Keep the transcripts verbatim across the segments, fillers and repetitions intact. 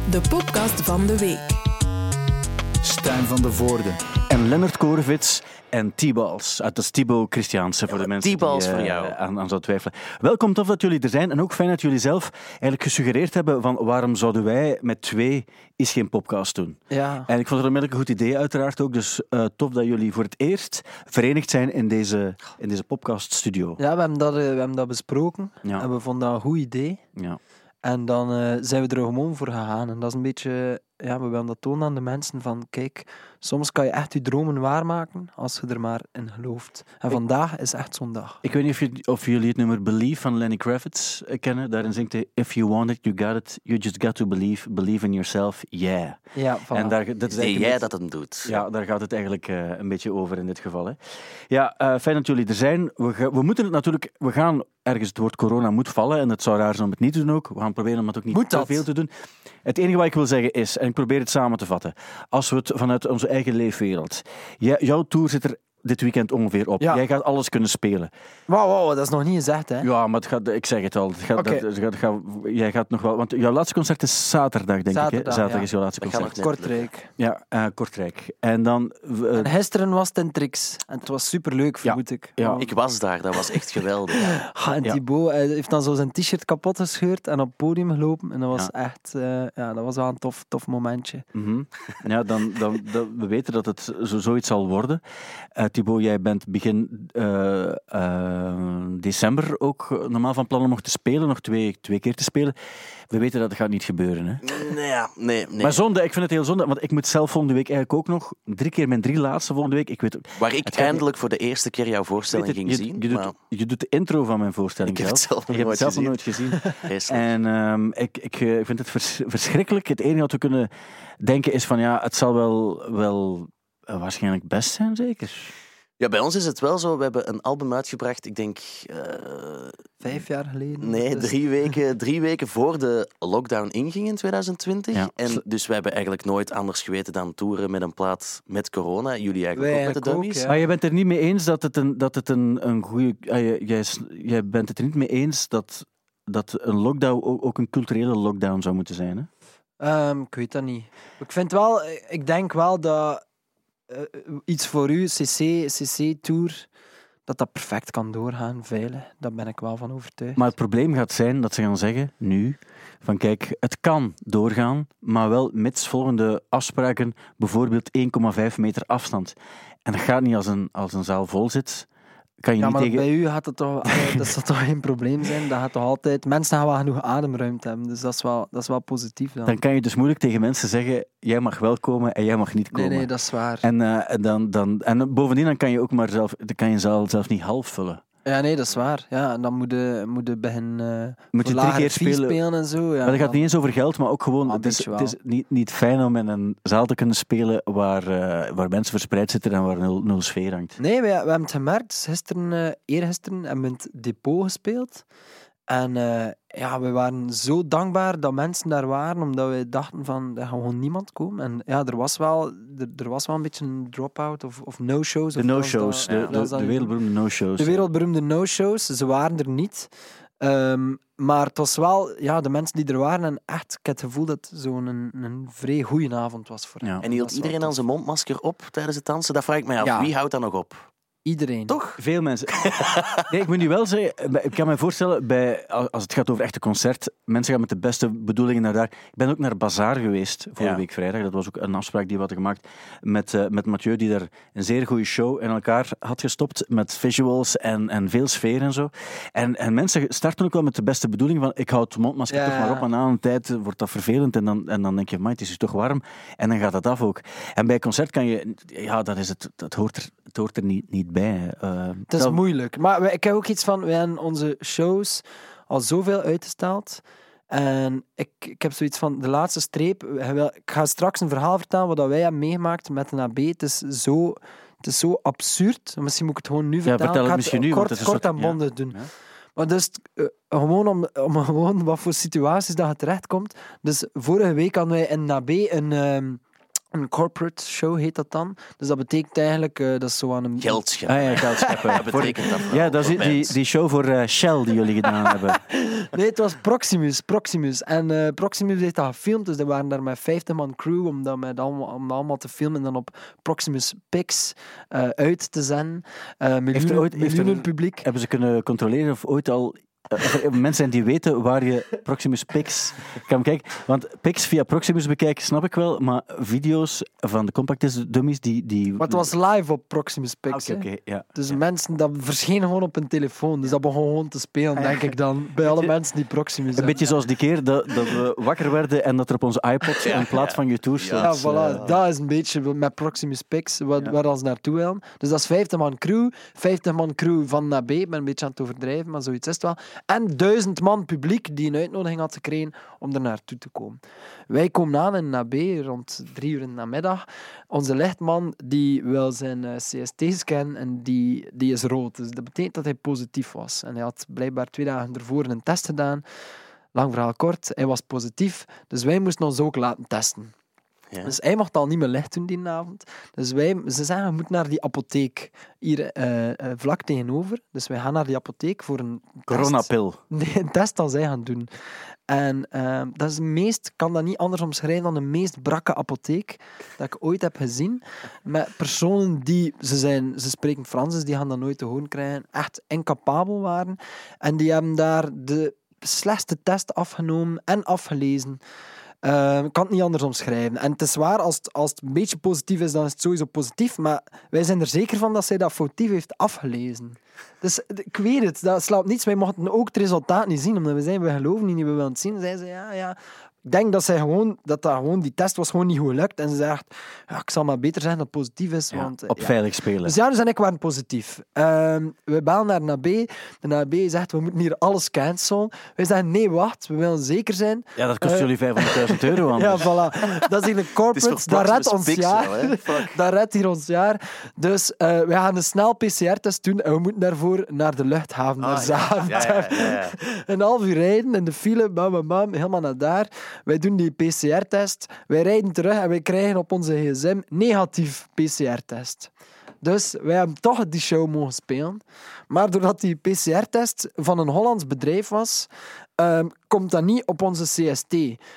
de podcast van de week. Stijn van de Voorde en Lennart Korevits en T-Balls uit de Stibo Christiaanse voor de mensen T-Balls die voor uh, jou. aan, aan zou twijfelen. Welkom, tof dat jullie er zijn en ook fijn dat jullie zelf eigenlijk gesuggereerd hebben van waarom zouden wij met twee is geen podcast doen. Ja. En ik vond het onmiddellijk een goed idee uiteraard ook, dus uh, tof dat jullie voor het eerst verenigd zijn in deze, in deze podcaststudio. Ja, we hebben dat, uh, we hebben dat besproken Ja. en we vonden dat een goed idee. Ja. En dan uh, zijn we er gewoon voor gegaan. En dat is een beetje... Ja, we willen dat tonen aan de mensen van... Kijk, soms kan je echt je dromen waarmaken als je er maar in gelooft. En vandaag is echt zo'n dag. Ik weet niet of, je, of jullie het nummer Believe van Lenny Kravitz uh, kennen. Daarin zingt hij: If you want it, you got it. You just got to believe. Believe in yourself, yeah. Ja, voilà. En daar, dat is Nee, jij beetje, dat hem doet. Ja, daar gaat het eigenlijk uh, een beetje over in dit geval. Hè. Ja, uh, fijn dat jullie er zijn. We, ga, we moeten het natuurlijk... We gaan ergens het woord corona moet vallen. En het zou raar zijn om het niet te doen ook. We gaan proberen om het ook niet Moet te dat? veel te doen. Het enige wat ik wil zeggen is, en ik probeer het samen te vatten. Als we het vanuit onze eigen leefwereld... Jij, jouw tour zit er dit weekend ongeveer op. Ja. Jij gaat alles kunnen spelen. Wauw, wow, dat is nog niet gezegd, hè? Ja, maar het gaat, ik zeg het al. Het gaat, Oké. dat, het gaat, het gaat, jij gaat nog wel... Want jouw laatste concert is zaterdag, denk Zaterdag, ik. Hè? Zaterdag ja. is jouw laatste Dat gaat concert. nog net Kortrijk. Ja, uh, Kortrijk. En dan... Uh, En gisteren was het in Trix. En het was superleuk, vermoed ik. Ja. Ik was daar, dat was echt geweldig. Ah, en Ja. Thibaut hij heeft dan zo zijn t-shirt kapot gescheurd en op het podium gelopen. En dat was Ja. echt... Uh, ja, dat was wel een tof, tof momentje. mm-hmm. Ja, dan, dan, dan, we weten dat het zo, zoiets zal worden. Uh, Thibaut, jij bent begin uh, uh, december ook normaal van plan om nog te spelen, nog twee, twee keer te spelen. We weten dat het gaat niet gebeuren, hè? Nee, ja, nee, nee. Maar zonde, ik vind het heel zonde, want ik moet zelf volgende week eigenlijk ook nog drie keer mijn drie laatste volgende week. Ik weet, Waar ik het gaat eindelijk voor de eerste keer jouw voorstelling weet het, ging je, zien. je, doet, maar je doet de intro van mijn voorstelling Ik heb het zelf nog Je hebt het zelf nog nooit nooit gezien. vreselijk. En um, ik, ik, ik vind het vers, verschrikkelijk. Het enige wat we kunnen denken is van ja, het zal wel, wel uh, waarschijnlijk best zijn, zeker. Ja, bij ons is het wel zo. We hebben een album uitgebracht, ik denk... Uh, Vijf jaar geleden. Nee, Dus- drie weken, drie weken voor de lockdown inging in twintig twintig. Ja. En dus we hebben eigenlijk nooit anders geweten dan toeren met een plaat met corona. Jullie eigenlijk Wij ook met de eigenlijk ook, dummies. ja. Maar je bent er niet mee eens dat het een, dat het een, een goede... Uh, jij, jij bent het er niet mee eens dat, dat een lockdown ook, ook een culturele lockdown zou moeten zijn, hè? Um, ik weet dat niet. Ik vind wel, ik denk wel dat uh, iets voor u, C C, C C-tour, dat dat perfect kan doorgaan, veilig. Daar ben ik wel van overtuigd. Maar het probleem gaat zijn dat ze gaan zeggen, nu, van kijk, het kan doorgaan, maar wel mits volgende afspraken, bijvoorbeeld één komma vijf meter afstand. En dat gaat niet als een, als een zaal vol zit. Kan je ja, niet maar tegen... bij u gaat het toch, allee, dat zal toch geen probleem zijn. Dat gaat toch altijd, mensen gaan wel genoeg ademruimte hebben, dus dat is wel, dat is wel positief dan. Dan kan je dus moeilijk tegen mensen zeggen, jij mag wel komen en jij mag niet komen. Nee, nee, dat is waar. En, uh, dan, dan, en bovendien dan kan je ook maar zelf, dan kan je zaal zelf niet half vullen. Ja, nee, dat is waar. Ja, en dan moet je, moet je beginnen uh, Moet je drie keer spelen. spelen en zo. Ja, maar dat gaat dan- niet eens over geld, maar ook gewoon, Ah, het is, beetje het wel. is niet, niet fijn om in een zaal te kunnen spelen waar, uh, waar mensen verspreid zitten en waar nul, nul sfeer hangt. Nee, we, we hebben het gemerkt. Gisteren, uh, eergisteren hebben we in het depot gespeeld. En uh, ja, we waren zo dankbaar dat mensen daar waren, omdat we dachten van, er gaat gewoon niemand komen. En ja, er was wel, er, er was wel een beetje een drop-out of, of no-shows. De of zoals no-shows, dat- de, ja, de, dat is de dan- wereldberoemde no-shows. De wereldberoemde no-shows, ze waren er niet. Um, maar het was wel, ja, de mensen die er waren, en echt, ik heb het gevoel dat het zo'n een, een vrij goede avond was voor hen. Ja. En hield Dat is wel iedereen dan tof. zijn mondmasker op tijdens het dansen? Dat vraag ik mij af. Ja. Wie houdt dat nog op? Iedereen. Toch? Veel mensen. Nee, ik moet nu wel zeggen, bij- ik kan me voorstellen, bij, als het gaat over echte concert, mensen gaan met de beste bedoelingen naar daar. Ik ben ook naar Bazaar geweest vorige Ja. week vrijdag. Dat was ook een afspraak die we hadden gemaakt met, uh, met Mathieu, die daar een zeer goede show in elkaar had gestopt met visuals en, en veel sfeer en zo. En, en mensen starten ook wel met de beste bedoeling van, ik houd het mondmasker Ja. toch maar op, en na een tijd wordt dat vervelend en dan, en dan denk je, maar het is hier toch warm. En dan gaat dat af ook. En bij een concert kan je, ja, dat, is het, dat hoort er, het hoort er niet, niet bij. Uh, Het is moeilijk. Maar wij- ik heb ook iets van, wij hebben onze shows al zoveel uitgesteld. En ik, ik heb zoiets van, de laatste streep. wij wil- Ik ga straks een verhaal vertellen wat wij hebben meegemaakt met een A B. Het is zo, het is zo absurd. Misschien moet ik het gewoon nu vertellen. vertel het Ik ga misschien nu, want kort, het is kort ook- en ja. bondig doen. Ja. Maar dus, uh, gewoon om, om gewoon wat voor situaties dat je terechtkomt. Dus vorige week hadden wij in een A B een... Um, Een corporate show heet dat dan. Dus dat betekent eigenlijk, uh, dat is zo aan een... Geld scheppen. Ah, ja, geld scheppen. Dat betekent dat Ja, dat is die, die, die show voor uh, Shell die jullie gedaan hebben. Nee, het was Proximus. Proximus. En uh, Proximus heeft dat gefilmd, dus er waren daar met vijftig man crew om dat, met allemaal, om dat allemaal te filmen en dan op Proximus Pics uh, uit te zenden. Uh, miljoenen, Heeft er ooit- heeft er- miljoenen publiek. Hebben ze kunnen controleren of ooit al... Of er mensen zijn die weten waar je Proximus Pics kan kijken. Want Pics via Proximus bekijken snap ik wel, maar video's van de Compact Disc dummies die... die... Maar het was live op Proximus Ah, Pics. Oké, hè. oké, ja. Dus ja. mensen, dat verscheen gewoon op een telefoon. Dus dat begon gewoon te spelen, denk ik dan. Bij alle Beetje- mensen die Proximus Een hebben. beetje zoals die keer dat, dat we wakker werden en dat er op onze iPod een plaat van je tour Ja, stond. Ja, Dus, voilà. eh, Dat is een beetje met Proximus Pics, waar, Ja. waar ze naartoe willen. Dus dat is vijftig man crew. vijftig man crew van Nabé. Ik ben een beetje aan het overdrijven, maar zoiets is het wel. En duizend man publiek die een uitnodiging had gekregen om er naartoe te komen. Wij komen aan in Nabé rond drie uur in de namiddag. Onze lichtman die wil zijn uh, C S T scannen en die, die is rood. Dus dat betekent dat hij positief was. En hij had blijkbaar twee dagen ervoor een test gedaan. Lang verhaal kort, hij was positief. Dus wij moesten ons ook laten testen. Ja. Dus hij mocht al niet meer licht doen die avond. Dus wij, ze zeggen, we moeten naar die apotheek hier uh, uh, vlak tegenover. Dus wij gaan naar die apotheek voor een test. Coronapil. Nee, een test dat zij gaan doen. En uh, dat is de meest, kan dat niet anders omschrijven dan de meest brakke apotheek dat ik ooit heb gezien. Met personen die, ze, zijn, ze spreken Frans, dus die gaan dat nooit te horen krijgen, echt incapabel waren. En die hebben daar de slechtste test afgenomen en afgelezen. Uh, ik kan het niet anders omschrijven. En het is waar, als het, als het een beetje positief is, dan is het sowieso positief. Maar wij zijn er zeker van dat zij dat foutief heeft afgelezen. Dus ik weet het, dat slaat niets. Wij mochten ook het resultaat niet zien, omdat we zeiden, we geloven niet, we willen het zien. Zeiden ze, ja, ja. Ik denk dat, zij gewoon, dat, dat gewoon, die test was gewoon niet goed gelukt. En ze zegt, ja, ik zal maar beter zeggen dat het positief is. Ja, want, op ja. veilig spelen. Dus Janus en ik waren positief. Um, we bellen naar Nabé. De Nabé zegt, we moeten hier alles cancelen. Wij zeggen, nee, wacht, we willen zeker zijn. Ja, dat kost Uh, jullie vijfhonderdduizend euro aan. Ja, voilà. Dat is hier een corporate, dat redt ons jaar. Wel, hè? Fuck. Dat redt hier ons jaar. Dus uh, we gaan een snel P C R-test doen en we moeten daarvoor naar de luchthaven, naar Ah, ja. Zaventem. Ja, ja, ja, ja. Een half uur rijden in de file, bam, bam, bam, helemaal naar daar. Wij doen die P C R-test. Wij rijden terug en wij krijgen op onze gsm negatief P C R-test. Dus wij hebben toch die show mogen spelen. Maar doordat die P C R-test van een Hollands bedrijf was, um, komt dat niet op onze C S T.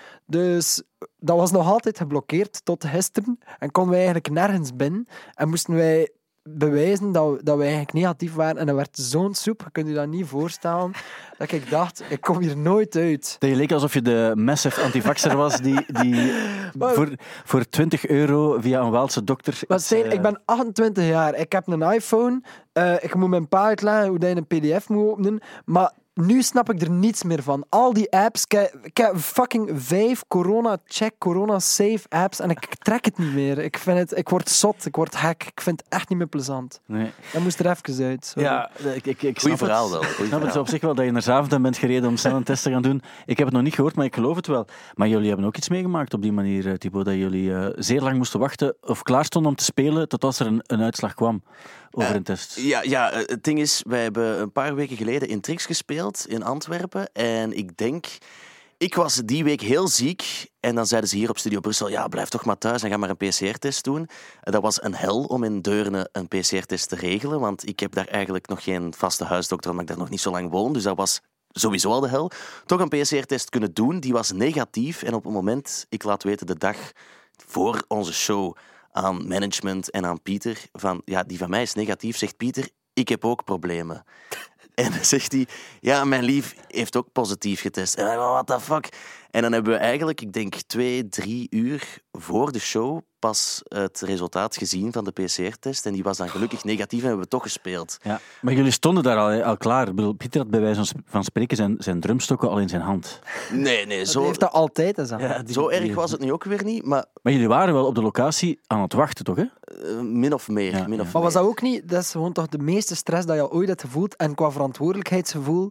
Dus dat was nog altijd geblokkeerd tot gisteren. En konden wij eigenlijk nergens binnen. En moesten wij bewijzen dat, dat wij eigenlijk negatief waren. En dat werd zo'n soep, je kunt je dat niet voorstellen, dat ik dacht, ik kom hier nooit uit. Dat je leek alsof je de massive antivaxer was die, die Maar- voor, voor twintig euro via een Waalse dokter... Maar iets, Stijn, eh, ik ben achtentwintig jaar, ik heb een iPhone, uh, ik moet mijn pa uitleggen hoe dat je een P D F moet openen, maar nu snap ik er niets meer van. Al die apps, ik heb, ik heb fucking vijf corona-check, corona-safe apps en ik trek het niet meer. Ik, vind het, ik word zot, ik word gek, ik vind het echt niet meer plezant. Nee. Dat moest er even uit. Sorry. Ja, ik, ik, ik Goeie snap verhaal het. wel. Ik Goeie snap het verhaal. op zich wel dat je naar Zaventem bent gereden om snel een test te gaan doen. Ik heb het nog niet gehoord, maar ik geloof het wel. Maar jullie hebben ook iets meegemaakt op die manier, eh, Thibaut, dat jullie uh, zeer lang moesten wachten of klaar stonden om te spelen tot als er een, een uitslag kwam over Uh, een test. Ja, ja, het ding is, wij hebben een paar weken geleden in Trix gespeeld in Antwerpen. En ik denk, ik was die week heel ziek. En dan zeiden ze hier op Studio Brussel, ja, blijf toch maar thuis en ga maar een P C R-test doen. En dat was een hel om in Deurne een P C R-test te regelen. Want ik heb daar eigenlijk nog geen vaste huisdokter, omdat ik daar nog niet zo lang woon. Dus dat was sowieso al de hel. Toch een P C R-test kunnen doen, die was negatief. En op het moment, ik laat weten de dag voor onze show aan management en aan Pieter, van ja, die van mij is negatief, zegt Pieter, ik heb ook problemen. En dan zegt hij, ja, mijn lief heeft ook positief getest. En dan, what the fuck? En dan hebben we eigenlijk, ik denk twee, drie uur voor de show pas het resultaat gezien van de P C R-test. En die was dan gelukkig negatief en hebben we toch gespeeld. Ja. Maar jullie stonden daar al, al klaar. Ik bedoel, Pieter had bij wijze van spreken zijn, zijn drumstokken al in zijn hand. Nee, nee, Dat zo, heeft dat altijd eens aan. Ja, die- zo die- erg was het nu ook weer niet. Maar Maar jullie waren wel op de locatie aan het wachten, toch? Hè? uh, min of meer. Ja, min ja. of Maar was meer. dat ook niet, dat is gewoon toch de meeste stress dat je al ooit hebt gevoeld en qua verantwoordelijkheidsgevoel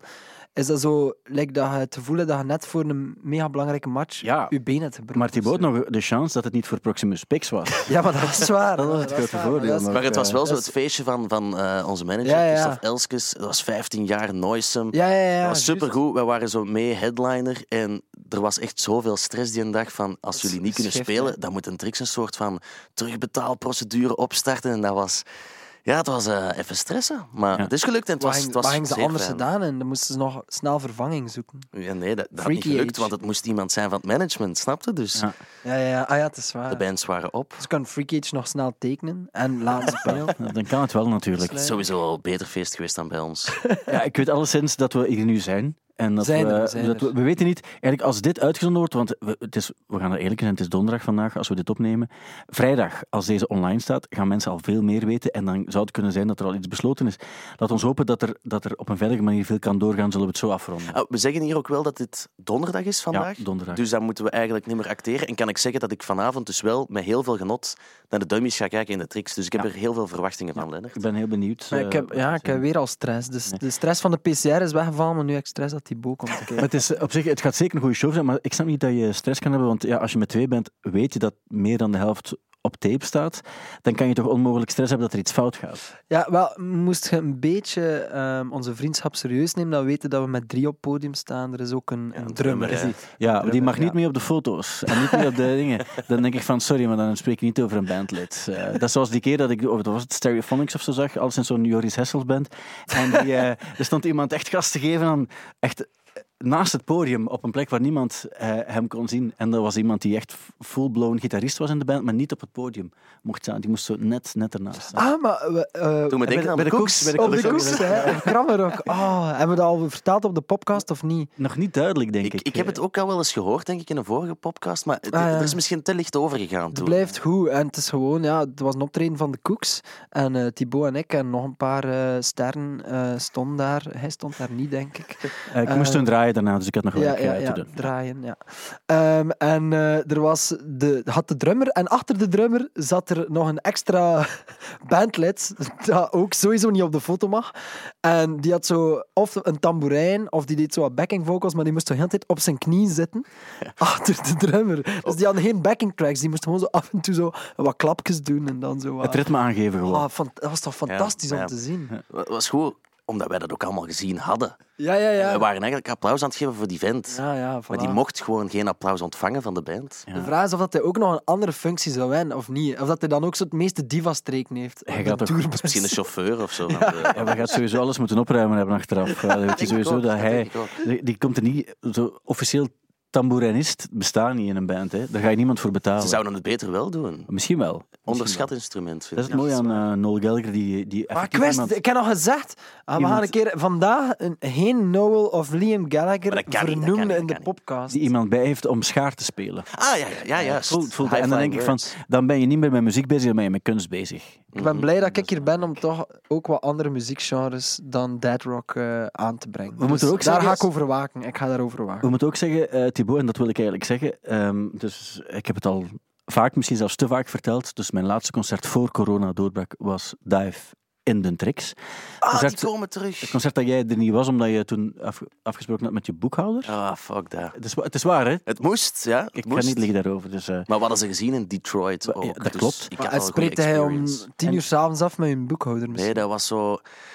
is dat zo, like dat je het gevoel hebt dat je net voor een mega belangrijke match Ja. je been hebt gebroken. Maar Thibaut had nog de chance dat het niet voor Proximus Pix was. Ja, maar dat is waar. Dat was het grote waar, voordeel dat is- nog. Maar het was wel zo dat het is- feestje van, van uh, onze manager, Ja, ja. Christophe Elskes. Dat was vijftien jaar, Noisem. Ja, ja, ja. Dat was juist. supergoed. Wij waren zo mee headliner en er was echt zoveel stress die een dag van als Dat is jullie niet kunnen schif, spelen, hè. dan moet een Trix een soort van terugbetaalprocedure opstarten. En dat was... Ja, het was uh, even stressen. Maar Ja. het is gelukt en het Wat was, ging- het was wat ging ze zeer anders fijn. gedaan en dan moesten ze nog snel vervanging zoeken. Ja, nee, dat, dat had Freaky niet gelukt, age. want het moest iemand zijn van het management, snapte? Dus Ja. Ja, ja, ja. Ah ja, het is waar. de bands waren op. Dus kan Freak Age nog snel tekenen en laten spelen. Dan kan het wel natuurlijk. Het is sowieso al een beter feest geweest dan bij ons. Ja, ik weet alleszins dat we hier nu zijn. En dat Zijn we, er, zijn dat er. we, we weten niet, eigenlijk als dit uitgezonden wordt, want we, het is, we gaan er eerlijk zijn, het is donderdag vandaag als we dit opnemen. Vrijdag, als deze online staat, gaan mensen al veel meer weten en dan zou het kunnen zijn dat er al iets besloten is. Laat ons hopen dat er, dat er op een veilige manier veel kan doorgaan, zullen we het zo afronden. Ah, we zeggen hier ook wel dat dit donderdag is vandaag. Ja, donderdag. Dus dan moeten we eigenlijk niet meer acteren. En kan ik zeggen dat ik vanavond dus wel met heel veel genot naar de dummies ga kijken in de tricks. Dus ik heb Ja. er heel veel verwachtingen van, Lennart. Ik ben heel benieuwd. Maar ik heb, eh, ja, wat ik heb weer al stress. Dus Nee. de stress van de P C R is weggevallen, maar nu heb ik stress dat Thibaut komt kijken. Maar het, is, op zich, het gaat zeker een goede show zijn, maar ik snap niet dat je stress kan hebben, want ja, als je met twee bent, weet je dat meer dan de helft op tape staat, dan kan je toch onmogelijk stress hebben dat er iets fout gaat. Ja, wel, moest je een beetje ehm, onze vriendschap serieus nemen, dan weten dat we met drie op het podium staan. Er is ook een, een een drummer. drummer, hè. ja. Ja, drummer, die mag niet ja. mee op de foto's en niet mee op de dingen. Dan denk ik van, sorry, maar dan spreek je niet over een bandlid. Uh, dat is zoals die keer dat ik, of was het Stereophonics of zo zag, alles in zo'n Joris Hessels band. En die, uh, er stond iemand echt gas te geven aan, echt naast het podium, op een plek waar niemand uh, hem kon zien. En er was iemand die echt full-blown gitarist was in de band, maar niet op het podium mocht staan. Die moest zo net, net ernaast staan. Ah, maar... we, eh, Toen we bij denken de- aan bij de de koeks. koeks, bij de op de Koeks. koeks, hè. Een Krammerok. Oh, hebben we dat al verteld op de podcast of niet? Nog niet duidelijk, denk ik. Ik, ik heb het ook al wel eens gehoord, denk ik, in een vorige podcast. Maar het- Ah, ja. er is misschien te licht overgegaan Het toen. blijft goed en het is gewoon, ja, het was een optreden van de Koeks en eh Thibaut en ik en nog een paar eh, sterren eh, stonden daar. Hij stond daar niet, denk ik. Uh, ik moest Eh, toen draaien daarna, dus ik had nog wel Ja, een ja, keer ja, te doen. draaien, ja. Ehm, en eh, er was de, had de drummer en achter de drummer zat er nog een extra bandlid dat ook sowieso niet op de foto mag. En die had zo of een tamboerijn of die deed zo wat backing vocals, maar die moest zo heel de tijd op zijn knie zitten achter de drummer. Dus die hadden geen backing tracks, die moest gewoon zo af en toe zo wat klapjes doen en dan zo wat... Het ritme aangeven gewoon. Ah, fan- dat was toch fantastisch Ja, om ja. te zien. Het was goed, omdat wij dat ook allemaal gezien hadden. Ja, ja, ja. We waren eigenlijk applaus aan het geven voor die vent. Ja, ja, Maar die voilà. mocht gewoon geen applaus ontvangen van de band. Ja. De vraag is of dat hij ook nog een andere functie zou hebben, of niet. Of dat hij dan ook zo het meeste diva-streken heeft. Hij op gaat de toch- tourbus. Misschien een chauffeur of zo. van de- Ja, we gaan sowieso alles moeten opruimen hebben achteraf. Ja, dat weet je Denk ik sowieso ook, dat dat hij... denk ik ook. Die, die komt er niet... Zo officieel tamboerinist bestaat niet in een band. Hè. Daar ga je niemand voor betalen. Ze zouden het beter wel doen. Misschien wel. Misschien Onderschat wel. instrument, vind Dat is ik. het mooie aan uh, Noel Gallagher. Die, die Maar ik effectief wist, iemand- ik heb nog gezegd, ah, we Iemand- gaan een keer vandaag een, geen Noel of Liam Gallagher Maar dat kan niet, dat vernoemen kan niet, in de dat kan niet. podcast. die iemand bij heeft om schaar te spelen. Ah, ja, ja, ja juist. Voelt, voelt, High en dan denk flying ik van, birds. dan ben je niet meer met muziek bezig, dan ben je met kunst bezig. Ik ben blij dat ik hier ben om toch ook wat andere muziekgenres dan dead rock eh, aan te brengen. We moeten Dus ook daar zeggen- ga ik over waken. Ik ga daarover waken. We moeten ook zeggen, uh, Thibaut, en dat wil ik eigenlijk zeggen, um, dus ik heb het al vaak, misschien zelfs te vaak verteld, dus mijn laatste concert voor corona doorbrak was Dive in Den Trix. Ah, concert- die komen terug. Het concert dat jij er niet was, omdat je toen af, afgesproken had met je boekhouder. Ah, fuck dat. Het is, wa- het is waar, hè? Het moest, ja. Het Ik moest. ga niet liggen daarover. Dus, uh, Maar wat hadden ze gezien in Detroit Ja, ook. dat dus klopt. Ik Maar had het al een goede spreekt hij om experience. tien uur s'avonds af met hun boekhouder Nee, misschien. dat was zo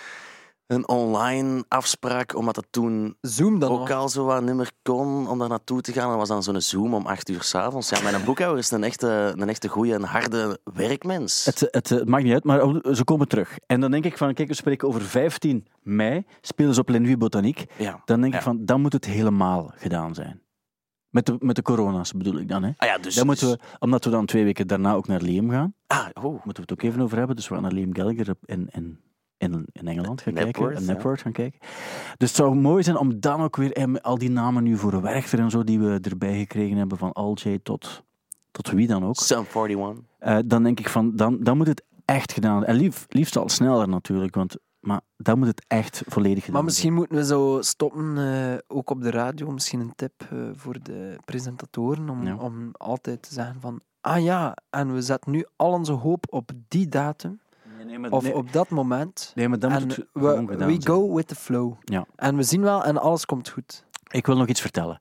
een online afspraak, omdat het toen Zoom dan ook nog. al zo wat niet meer kon om daar naartoe te gaan. Dat was dan zo'n Zoom om acht uur s'avonds. Ja, mijn boekhouder is een echte, een echte goede en harde werkmens. het, het, het maakt niet uit, maar ze komen terug. En dan denk ik van, kijk, we spreken over vijftien mei, spelen ze op La Nuit Botanique. Ja. Dan denk Ja. ik van, dan moet het helemaal gedaan zijn. Met de, met de corona's bedoel ik dan, hè. Ah ja, dus... Dan moeten dus- we, omdat we dan twee weken daarna ook naar Liam gaan, Ah, oh. moeten we het ook even over hebben. Dus we gaan naar Liam Gallagher op- in, in, in, in Engeland gaan Napworth, kijken. In ja. Napworth gaan kijken. Dus het zou mooi zijn om dan ook weer eh, met al die namen nu voor Werchter en zo, die we erbij gekregen hebben, van Al J tot, tot wie dan ook. Sum eenenveertig. Uh, dan denk ik van, dan, dan moet het echt gedaan. En lief, liefst al sneller natuurlijk, want, maar dan moet het echt volledig gedaan Maar misschien moeten we zo stoppen, eh, ook op de radio, misschien een tip eh, voor de presentatoren, om, Ja. om altijd te zeggen van, ah ja, en we zetten nu al onze hoop op die datum. Nee, nee, Nee, maar, Of nee, op dat moment. nee, maar dat En moet het we, gewoon gedaan we zijn. go with the flow. Ja. En we zien wel, en alles komt goed. Ik wil nog iets vertellen.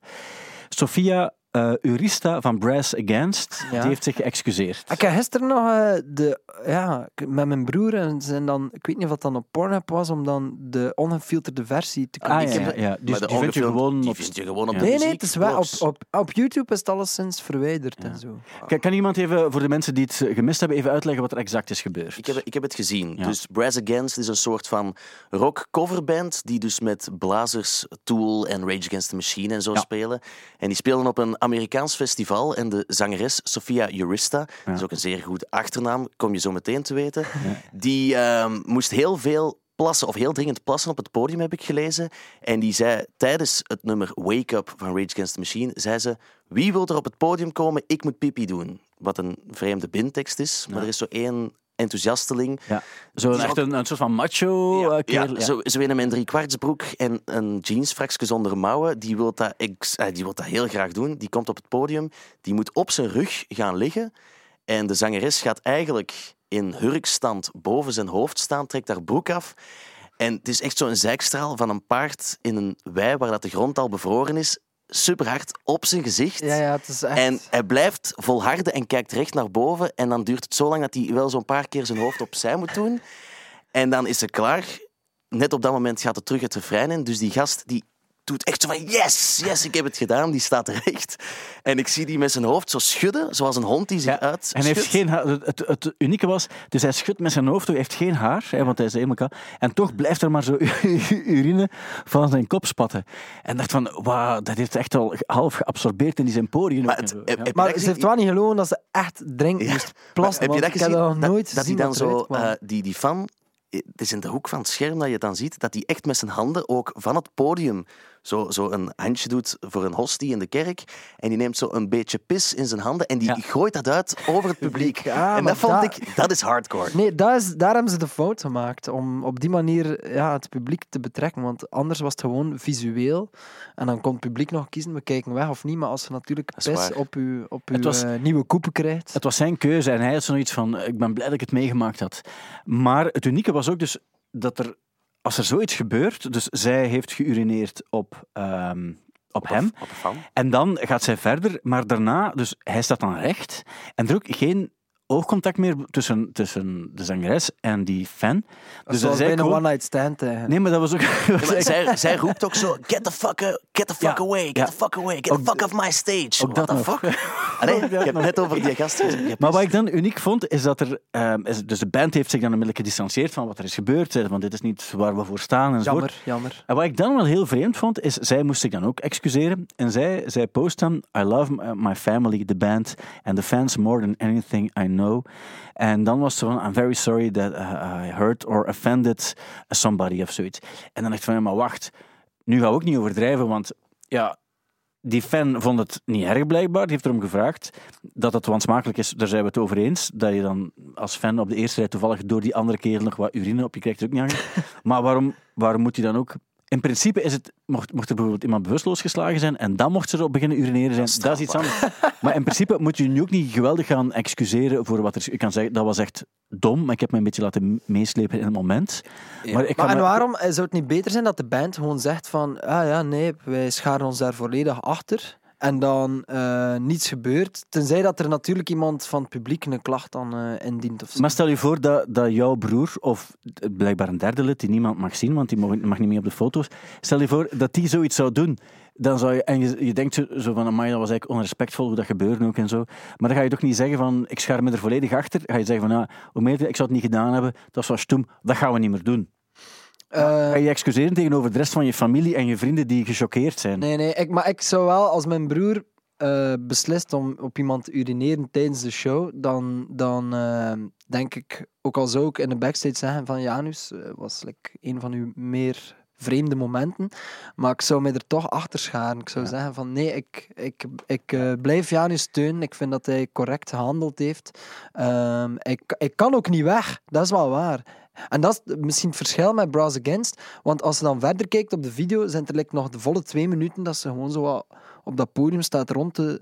Sofia uh, Urista van Brass Against, Ja. die heeft zich geëxcuseerd. Ik heb gisteren nog uh, de, ja, met mijn broer, en zijn dan, ik weet niet of dat dan op Pornhub was, om dan de ongefilterde versie te kunnen Ah, ja, zien. ja, ja. Dus Maar de die vind je ongefilmd- gewoon die op... vind je gewoon op Ja. de Nee, nee, het is wel, op, muziekblogs. op, op YouTube is het alleszins verwijderd Ja. en zo. Kan, kan iemand even, voor de mensen die het gemist hebben, even uitleggen wat er exact is gebeurd? Ik heb, ik heb het gezien. Ja. Dus Brass Against is een soort van rock coverband die dus met blazers, Tool en Rage Against the Machine en zo Ja. spelen. En die spelen op een Amerikaans festival en de zangeres Sofia Urista, dat is ook een zeer goed achternaam, kom je zo meteen te weten, die ehm, moest heel veel plassen, of heel dringend plassen op het podium, heb ik gelezen. En die zei tijdens het nummer Wake Up van Rage Against the Machine, zei ze, wie wil er op het podium komen? Ik moet pipi doen. Wat een vreemde bintekst is, maar Ja. er is zo één enthousiasteling. Ja. Zo Die echt ook- een, een soort van macho Ja, eh, kerel. ja, zo, zo een met een driekwartsbroek en een jeansfrakje zonder mouwen. Die wil, dat, ex- eh, die wil dat heel graag doen. Die komt op het podium. Die moet op zijn rug gaan liggen. En de zangeres gaat eigenlijk in hurkstand boven zijn hoofd staan, trekt haar broek af. En het is echt zo'n zijkstraal van een paard in een wei waar dat de grond al bevroren is. Super hard op zijn gezicht. Ja, ja, het is echt... En hij blijft volharden en kijkt recht naar boven. En dan duurt het zo lang dat hij wel zo'n paar keer zijn hoofd opzij moet doen. En dan is ze klaar. Net op dat moment gaat het terug het refrein in. Dus die gast die doet echt zo van yes, yes, ik heb het gedaan. Die staat recht. En ik zie die met zijn hoofd zo schudden, zoals een hond die zich Ja, uit en hij heeft geen haar. Het, het, het unieke was, dus hij schudt met zijn hoofd, hij heeft geen haar, hè, want hij is helemaal kaal. En toch blijft er maar zo urine van zijn kop spatten. En dacht van, wauw, dat heeft echt al half geabsorbeerd in die zijn poriën. Maar ook en het- zo. heb- Ja. heb- Maar je ze dat heeft gezien? wel niet gelogen dat ze echt dringend Ja. moest plassen. Heb je want dat ik gezien? heb dat nog nooit dat gezien. hij dan dat eruit zo, kwam. eh, die, die fan, het is in de hoek van het scherm dat je het dan ziet, dat hij echt met zijn handen ook van het podium zo, zo een handje doet voor een hostie in de kerk. En die neemt zo een beetje pis in zijn handen en die Ja. gooit dat uit over het publiek. Ja, en maar dat vond dat- ik, dat is hardcore. Nee, dat is, daar hebben ze de fout gemaakt. Om op die manier ja, het publiek te betrekken. Want anders was het gewoon visueel. En dan kon het publiek nog kiezen, we kijken weg of niet. Maar als je natuurlijk Dat is pis waar. op je, op Het uw was- eh, nieuwe koepen krijgt. Het was zijn keuze en hij had zoiets van, ik ben blij dat ik het meegemaakt had. Maar het unieke was ook dus dat er, als er zoiets gebeurt, dus zij heeft geurineerd op, ehm, op hem. Op een fan. En dan gaat zij verder, maar daarna, dus hij staat dan recht. En er is ook geen oogcontact meer tussen, tussen de zangeres en die fan. Dus Dus dat dat was is bijna eigenlijk gewoon... one-night stand eigenlijk. Nee, maar dat was ook... dat was Ja, maar echt- zij, zij roept ook zo, get the fuck, a- get the fuck Ja, away, get ja. the fuck away, get Ook the fuck off my stage. ook What dat the nog. fuck? Ah, nee, ik heb het net over die gast gezien. Ja, Maar wat ik dan uniek vond, is dat er... ehm, is- dus de band heeft zich dan onmiddellijk gedistanceerd van wat er is gebeurd. Zeiden van, dit is niet waar we voor staan. Enzovoort. Jammer, jammer. En wat ik dan wel heel vreemd vond, is zij moest zich dan ook excuseren. En zij, zij post dan, I love my- my family, the band, and the fans more than anything I know. En dan was ze van, I'm very sorry that uh, I hurt or offended somebody of zoiets. En dan dacht ik van, ja, maar wacht, nu gaan we ook niet overdrijven, want ja, die fan vond het niet erg blijkbaar. Die heeft erom gevraagd dat het wansmakelijk is. Daar zijn we het over eens. Dat je dan als fan op de eerste rij toevallig door die andere kerel nog wat urine op je krijgt, er ook niet hangen. Maar waarom, waarom moet hij dan ook... In principe is het, mocht, mocht er bijvoorbeeld iemand bewusteloos geslagen zijn en dan mocht ze erop beginnen urineren zijn, dat is iets anders. Maar in principe moet je nu ook niet geweldig gaan excuseren voor wat er is. Ik kan zeggen, dat was echt dom, maar ik heb me een beetje laten meeslepen in het moment. Maar ik kan Maar en me- waarom eh, zou het niet beter zijn dat de band gewoon zegt van ah ja, nee, wij scharen ons daar volledig achter en dan eh, niets gebeurt, tenzij dat er natuurlijk iemand van het publiek een klacht dan eh, indient of zo. Maar stel je voor dat, dat jouw broer, of blijkbaar een derde lid die niemand mag zien, want die mag, mag niet mee op de foto's, stel je voor dat die zoiets zou doen. Dan zou je, en je, je denkt zo, zo van, amai, dat was eigenlijk onrespectvol hoe dat gebeurde ook en zo. Maar dan ga je toch niet zeggen van, ik schaar me er volledig achter. Dan ga je zeggen van, ja, hoe meer ik zou het niet gedaan hebben, dat was stoem, dat gaan we niet meer doen. Eh, Ga je excuseren tegenover de rest van je familie en je vrienden die gechoqueerd zijn? Nee, nee, ik, maar ik zou wel, als mijn broer eh, beslist om op iemand te urineren tijdens de show, dan, dan eh, denk ik, ook al zou ik in de backstage zeggen van Janus, eh, was like, een van uw meer vreemde momenten, maar ik zou mij er toch achter scharen. Ik zou Ja. zeggen van nee, ik, ik, ik eh, blijf Janus steunen. Ik vind dat hij correct gehandeld heeft. Ehm, ik, ik kan ook niet weg, dat is wel waar. En dat is misschien het verschil met Brass Against, want als je dan verder kijkt op de video, zijn er like nog de volle twee minuten dat ze gewoon zo wat op dat podium staat rond te,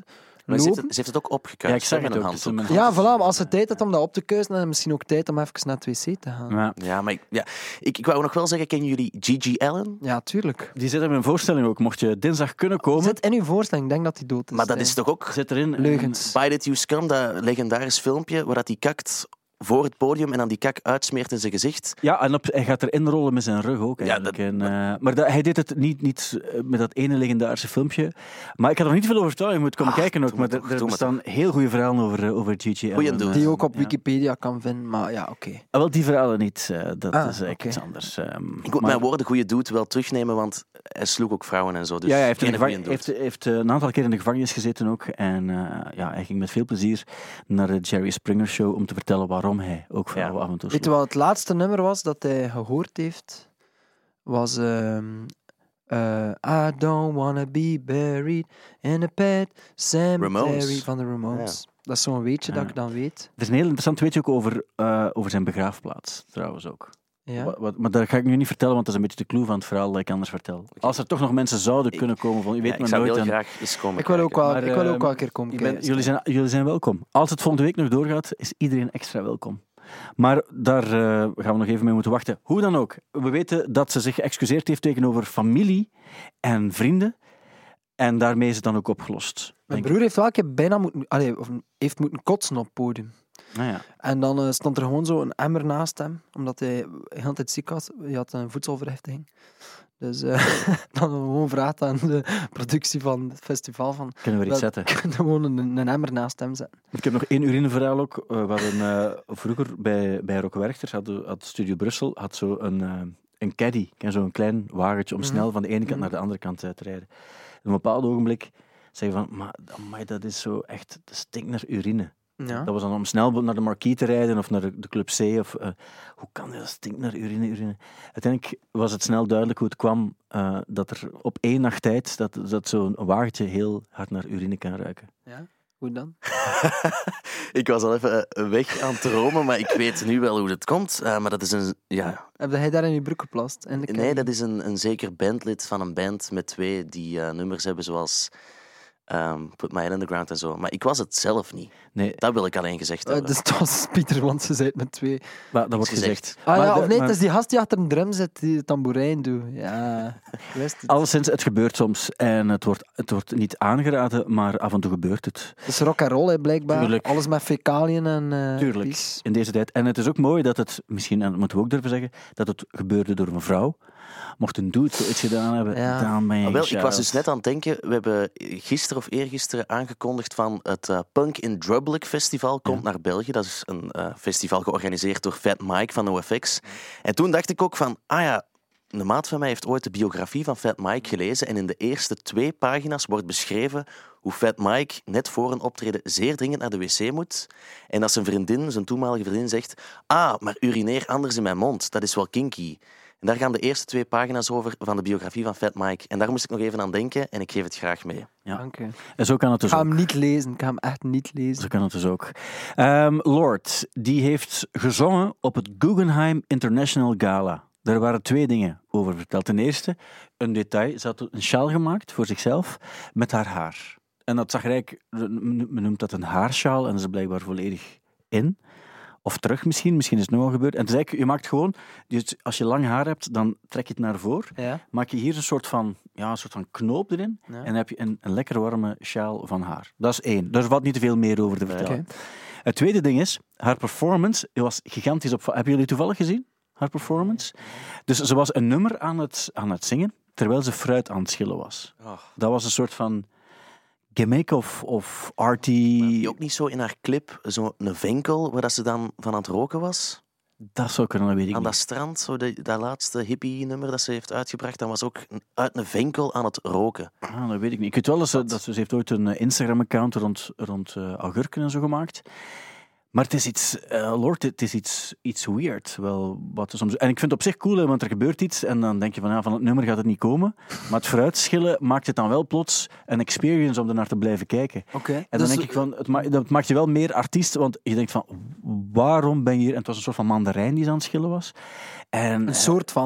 Maar ze, heeft lopen. het, ze heeft het ook opgekuist. Ja, ik zag hè, met het een ook. handdoek. Dus een- Ja, voilà, maar als ze tijd had om dat op te kuisen, dan is het misschien ook tijd om even naar het wc te gaan. Ja, Ja. Ja, maar ik, ja, ik, ik wou nog wel zeggen, kennen jullie Gigi Allen? tuurlijk. Die zit in mijn voorstelling ook. Mocht je dinsdag kunnen komen, Zit in uw voorstelling, ik denk dat hij dood is. Maar dat Nee. is toch ook zit erin. Leugens. By That You Scum, dat legendarisch filmpje waar dat hij kakt voor het podium en dan die kak uitsmeert in zijn gezicht. Ja, en op, hij gaat erin rollen met zijn rug ook eigenlijk. dat- en, uh, maar dat, hij deed het niet, niet met dat ene legendarische filmpje. Maar ik had er niet veel over vertellen. Je moet komen Ah, kijken ook. doe Maar maar er, toch, er doe maar bestaan heel goede verhalen over, over Gigi Goeie Allen. dude. eh, Die je ook op ja. Wikipedia kan vinden, maar ja, oké. Ah, wel, die verhalen niet. Uh, dat Ah, is eigenlijk oké. iets anders. Um, Ik moet maar- mijn woorden goede dude wel terugnemen, want hij sloeg ook vrouwen en zo. Dus ja, ja, hij heeft, in geen de goeie gevang- dude. heeft, heeft uh, een aantal keer in de gevangenis gezeten ook. En uh, ja, hij ging met veel plezier naar de Jerry Springer Show om te vertellen waarom hij ook vrouwen af en toe Weet je sloeg. wat het laatste nummer was dat hij gehoord heeft? Was... ehm uh, I don't wanna be buried in a pet cemetery Ramones. van de Ramones. Dat is zo'n weetje Ja. dat ik dan weet. Er is een heel interessant weetje ook over, uh, over zijn begraafplaats, trouwens ook. Ja. Wat, wat, maar dat ga ik nu niet vertellen, want dat is een beetje de clue van het verhaal dat ik anders vertel. Als er toch nog mensen zouden Ik- kunnen komen, van, je weet Ja, ik maar zou nooit. heel en- graag eens komen Ik wil ook kijken. wel, Maar, ik wil ook ehm, wel een keer komen je bent- kijken. jullie, zijn, jullie zijn welkom. Als het volgende week nog doorgaat, is iedereen extra welkom. Maar daar uh, gaan we nog even mee moeten wachten. Hoe dan ook. We weten dat ze zich geëxcuseerd heeft tegenover familie en vrienden. En daarmee is het dan ook opgelost. Mijn denk broer heeft wel een keer bijna moeten, allee, of heeft moeten kotsen op het podium. ik. Nou ja. En dan uh, stond er gewoon zo een emmer naast hem, omdat hij de hele tijd ziek was. Hij had een voedselvergiftiging. Dus uh, dan gewoon vraagt aan de productie van het festival van... Kunnen we er iets wel, zetten? kunnen we gewoon een, een emmer naast hem zetten. Ik heb nog één urineverhaal ook. Uh, we hadden uh, vroeger bij, bij Rock Werchter, had, had Studio Brussel, had zo een, uh, een caddy, zo'n klein wagentje om Mhm. snel van de ene kant Mhm. naar de andere kant uh, te rijden. Op een bepaald ogenblik zei je van, maar, amai, dat is zo echt, dat stinkt naar urine. Ja. Dat was dan om snel naar de Marquis te rijden of naar de, de Club C. Of, uh, hoe kan dat? Dat stinkt naar urine, urine. Uiteindelijk was het snel duidelijk hoe het kwam uh, dat er op één nacht tijd dat, dat zo'n wagentje heel hard naar urine kan ruiken. Ja, hoe dan? Ik was al even uh, weg aan het dromen, maar ik weet nu wel hoe het komt. Uh, maar dat is een... Ja, Heb jij daar in je broek geplast? In de nee, caddy? dat is een, een zeker bandlid van een band met twee die uh, nummers hebben zoals um, Put My Head in the Ground en zo. Maar ik was het zelf niet. Nee, Dat wil ik alleen gezegd Uh, hebben. dus het was Pieter, want ze zei het met twee. maar dat wordt gezegd. gezegd. Ah Maar ja, de- of nee, maar- het is die gast die achter een drum zit, die de tamboerijn doet. Ja, ik wist het. Alleszins, het gebeurt soms. En het wordt, het wordt niet aangeraden, maar af en toe gebeurt het. Het is rock and roll, hè, blijkbaar. Tuurlijk. Alles met fecaliën en uh, Tuurlijk, pies. in deze tijd. En het is ook mooi dat het, misschien, en dat moeten we ook durven zeggen, dat het gebeurde door een vrouw. Mocht een dude zoiets gedaan hebben, Ja. dan ben je Ah, wel, ik geshout. was dus net aan het denken, we hebben gisteren of eergisteren aangekondigd van het uh, Punk in Drublic Festival komt Ja. naar België. Dat is een uh, festival georganiseerd door Fat Mike van NoFX. En toen dacht ik ook van, ah ja, een maat van mij heeft ooit de biografie van Fat Mike gelezen en in de eerste twee pagina's wordt beschreven hoe Fat Mike net voor een optreden zeer dringend naar de wc moet. En dat zijn vriendin, zijn toenmalige vriendin, zegt, ah, maar urineer anders in mijn mond, dat is wel kinky. En daar gaan de eerste twee pagina's over van de biografie van Fat Mike. En daar moest ik nog even aan denken en ik geef het graag mee. Ja. Dank u. En zo kan het Ik dus ga ook. hem niet lezen. Ik ga hem echt niet Zo lezen. kan het dus ook. Um, Lord, die heeft gezongen op het Guggenheim International Gala. Daar waren twee dingen over verteld. Ten eerste, een detail. Ze had een sjaal gemaakt voor zichzelf met haar haar. En dat zag er eigenlijk, men noemt dat een haarsjaal en dat is blijkbaar volledig in. Of terug misschien, misschien is het nu al gebeurd. En het is eigenlijk, je maakt gewoon, dus als je lang haar hebt, dan trek je het naar voren. Ja? Maak je hier een soort van, ja, een soort van knoop erin. Ja. En dan heb je een, een lekker warme sjaal van haar. Dat is één. Daar valt niet te veel meer over te vertellen. Oké. Het tweede ding is, haar performance was gigantisch op... Hebben jullie toevallig gezien, haar performance? Dus ze was een nummer aan het, aan het zingen, terwijl ze fruit aan het schillen was. Oh. Dat was een soort van gimmick of, of Maar had arty... die ook niet zo in haar clip zo'n venkel waar dat ze dan van aan het roken was? Dat zou kunnen, dat weet ik Aan dat niet. strand, zo de, dat laatste hippie-nummer dat ze heeft uitgebracht, dan was ook een- uit een venkel aan het roken. Ah, dat weet ik niet. Ik weet wel dat ze, dat ze, ze heeft ooit een eh, Instagram-account rond, rond uh, augurken en zo gemaakt. Maar het is iets, uh, Lord, het is iets, iets weird. Wel, wat er soms... En ik vind het op zich cool, hè, want er gebeurt iets en dan denk je van, ja, van het nummer gaat het niet komen. Maar het fruitschillen maakt het dan wel plots een experience om er naar te blijven kijken. Oké. En dan Dus- denk ik van, het, ma dat maakt je wel meer artiest, want je denkt van, waarom ben je hier? En het was een soort van mandarijn die ze aan het schillen was. En, Een soort van...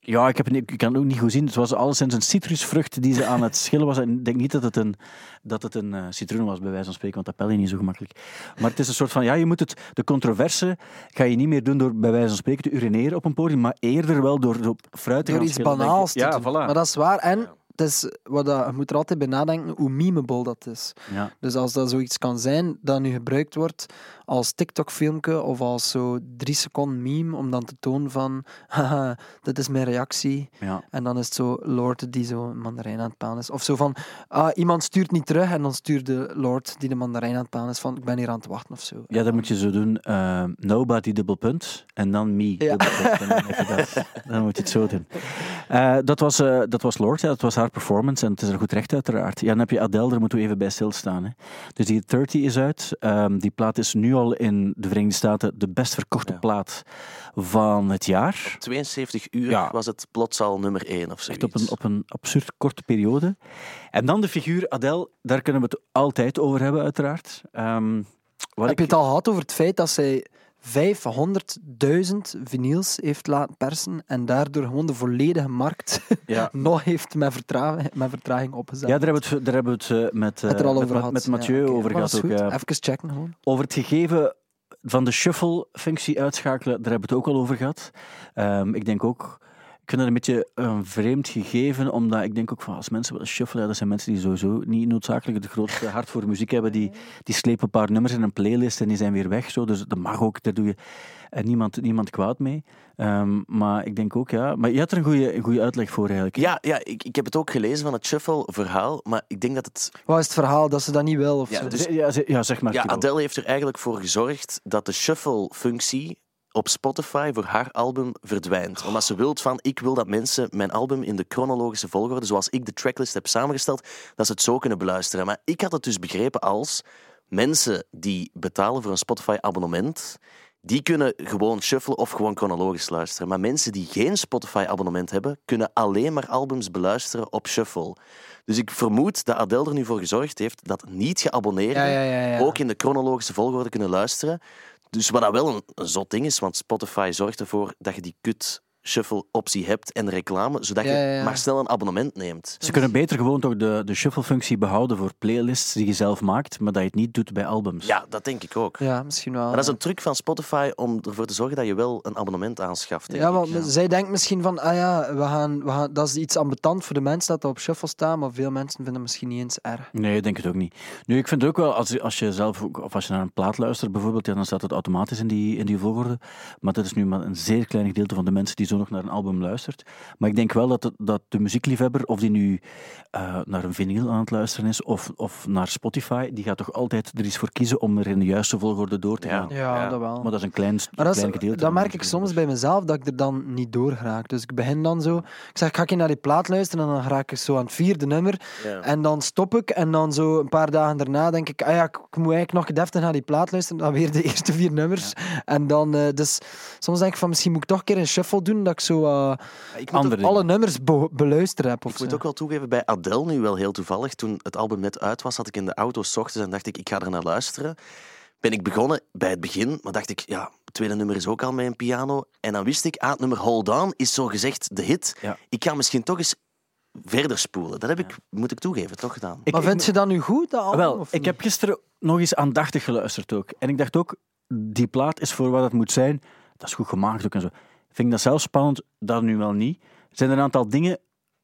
Ja, ik, heb het, niet- ik kan het ook niet goed zien. Het was alleszins een citrusvrucht die ze aan het schillen was. En ik denk niet dat het een, dat het een uh, citroen was, bij wijze van spreken, want dat pel je niet zo gemakkelijk. Maar het is een soort van, ja, je moet het, de controverse ga je niet meer doen door, bij wijze van spreken, te urineren op een podium, maar eerder wel door, door fruit te Door gaan iets schillen, denk ik. banaals te Ja, doen. voilà. Maar dat is waar. En het is, wat dat, je moet er altijd bij nadenken hoe memeable dat is. Ja. Dus als dat zoiets kan zijn dat nu gebruikt wordt als TikTok-filmpje of als zo drie seconden meme, om dan te tonen van, haha, dit is mijn reactie. Ja. En dan is het zo Lord die zo een mandarijn aan het palen is. Of zo van, ah, iemand stuurt niet terug en dan stuurt de Lord die de mandarijn aan het palen is van, ik ben hier aan het wachten of zo. Ja, dat moet je zo doen. Uh, nobody, dubbel punt. En dan me, Ja. dubbel punt. En dan, heb je dat. Dan moet je het zo doen. Uh, dat, was, uh, dat was Lord, ja, dat was haar performance. En het is er goed recht, uiteraard. Ja, dan heb je Adele, daar moeten we even bij stilstaan. Hè. Dus die dertig is uit. Um, die plaat is nu al in de Verenigde Staten de best verkochte Ja. plaat van het jaar. Op tweeënzeventig uur Ja. was het plots al nummer één of zoiets. Echt op een, op een absurd korte periode. En dan de figuur Adele, daar kunnen we het altijd over hebben, uiteraard. Um, wat Heb ik... je het al gehad over het feit dat zij vijfhonderdduizend vinyls heeft laten persen en daardoor gewoon de volledige markt Ja. nog heeft met vertraging, met vertraging opgezet? Ja, daar hebben we het, daar hebben we het uh, met, uh, Het er al met, over met, gehad. met Mathieu Ja, oké. over Maar dat gehad. is Ook, goed. uh, Even checken gewoon. over het gegeven van de shuffle-functie uitschakelen, daar hebben we het ook al over gehad. Um, ik denk ook, ik vind dat een beetje een vreemd gegeven, omdat ik denk ook van als mensen willen shuffelen, ja, dat zijn mensen die sowieso niet noodzakelijk het grootste hart voor muziek hebben, die, die slepen een paar nummers in een playlist en die zijn weer weg. Zo. Dus dat mag ook, daar doe je en niemand, niemand kwaad mee. Um, maar ik denk ook, ja... Maar je had er een goede, een goede uitleg voor eigenlijk. Ja, ja ik, ik heb het ook gelezen van het Shuffle-verhaal, maar ik denk dat het... Wat is het verhaal? Dat ze dat niet wil of Ja, zo? dus- ja, ze- ja, zeg maar. Ja, Thibaut. Adele heeft er eigenlijk voor gezorgd dat de Shuffle-functie op Spotify voor haar album verdwijnt. Omdat ze wilt van, ik wil dat mensen mijn album in de chronologische volgorde, zoals ik de tracklist heb samengesteld, dat ze het zo kunnen beluisteren. Maar ik had het dus begrepen als mensen die betalen voor een Spotify-abonnement, die kunnen gewoon shuffelen of gewoon chronologisch luisteren. Maar mensen die geen Spotify-abonnement hebben, kunnen alleen maar albums beluisteren op shuffle. Dus ik vermoed dat Adele er nu voor gezorgd heeft dat niet-geabonneerden Ja, ja, ja, ja. ook in de chronologische volgorde kunnen luisteren. Dus wat dat wel een, een zot ding is, want Spotify zorgt ervoor dat je die kut shuffle-optie hebt en reclame, zodat Ja, ja, je ja. maar snel een abonnement neemt. Ze kunnen beter gewoon toch de, de shuffle-functie behouden voor playlists die je zelf maakt, maar dat je het niet doet bij albums. Ja, dat denk ik ook. Ja, misschien wel. Maar dat is een truc van Spotify om ervoor te zorgen dat je wel een abonnement aanschaft. Denk Ja, ik. want zij denkt misschien van, ah ja, we gaan, we gaan, dat is iets ambetant voor de mensen dat dat op shuffle staat, maar veel mensen vinden het misschien niet eens erg. Nee, ik denk het ook niet. Nu, ik vind het ook wel, als, je- als je zelf, ook- of als je naar een plaat luistert bijvoorbeeld, ja, dan staat het automatisch in die, in die volgorde. Maar dat is nu maar een zeer klein gedeelte van de mensen die zo nog naar een album luistert. Maar ik denk wel dat, het, dat de muziekliefhebber, of die nu uh, naar een vinyl aan het luisteren is, of, of naar Spotify, die gaat toch altijd er iets voor kiezen om er in de juiste volgorde door te Ja. gaan. Ja, Ja. dat wel. Maar dat is een klein, Maar dat, is- klein gedeelte. dat van de merk ik soms muziekliefhebbers. bij mezelf, dat ik er dan niet door raak. Dus ik begin dan zo... Ik zeg, ga ik naar die plaat luisteren? En dan raak ik zo aan het vierde nummer. Ja. En dan stop ik. En dan zo een paar dagen daarna denk ik, ah ja, ik ik moet eigenlijk nog deftig naar die plaat luisteren. Dan weer de eerste vier nummers. En dan... eh, dus soms denk ik van, misschien moet ik toch een keer een shuffle doen, dat ik zo uh, Ik moet, Andere alle nummers be- beluisterd heb. Of ik moet zo. ook wel toegeven, bij Adele nu wel heel toevallig, toen het album net uit was, zat ik in de auto 's ochtends en dacht ik, ik ga er naar luisteren. Ben ik begonnen bij het begin, maar dacht ik, ja, het tweede nummer is ook al met een piano. En dan wist ik, ah, het nummer Hold On is zo gezegd de hit. Ja. Ik ga misschien toch eens verder spoelen. Dat heb ik, moet ik toegeven, toch gedaan. Ik- Maar ik- vind je dat nu goed, dat album? Wel, of ik niet? heb gisteren nog eens aandachtig geluisterd ook. En ik dacht ook, die plaat is voor wat het moet zijn. Dat is goed gemaakt ook en zo. Vind ik dat zelf spannend? Dat nu wel niet. Er zijn er een aantal dingen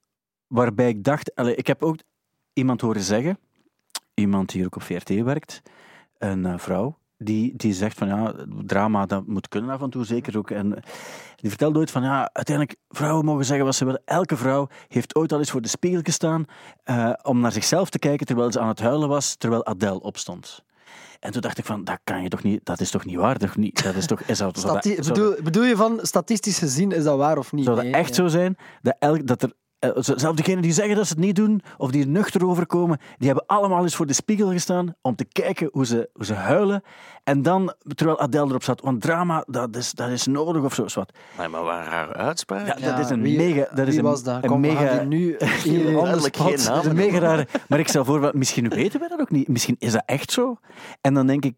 waarbij ik dacht... Allee, ik heb ook iemand horen zeggen, iemand die hier ook op V R T werkt, een uh, vrouw, die, die zegt van ja, drama, dat moet kunnen af en toe, zeker ook. En die vertelde ooit van ja, uiteindelijk, vrouwen mogen zeggen wat ze willen. Elke vrouw heeft ooit al eens voor de spiegel gestaan uh, om naar zichzelf te kijken terwijl ze aan het huilen was, terwijl Adele opstond. En toen dacht ik van, dat kan je toch niet, dat is toch niet waar? Toch niet, dat is toch, is dat, zou Stati- dat, zou bedoel, bedoel je van, statistisch gezien, is dat waar of niet? zou dat Nee, echt ja. zo zijn dat, elk, dat er Uh, zelfs degenen die zeggen dat ze het niet doen, of die er nuchter overkomen, die hebben allemaal eens voor de spiegel gestaan om te kijken hoe ze, hoe ze huilen. En dan, terwijl Adele erop zat, want drama, dat is, dat is nodig of zo. is wat. Nee, maar waar haar uitspraak? Ja, Ja, dat is een wie- mega... Dat is Wie een, was dat? een Kom, we mega, gaan die nu hier on the Duidelijk spot. geen naam. dat is een mega rare... Maar ik stel voor, wel, misschien weten wij dat ook niet. Misschien is dat echt zo. En dan denk ik,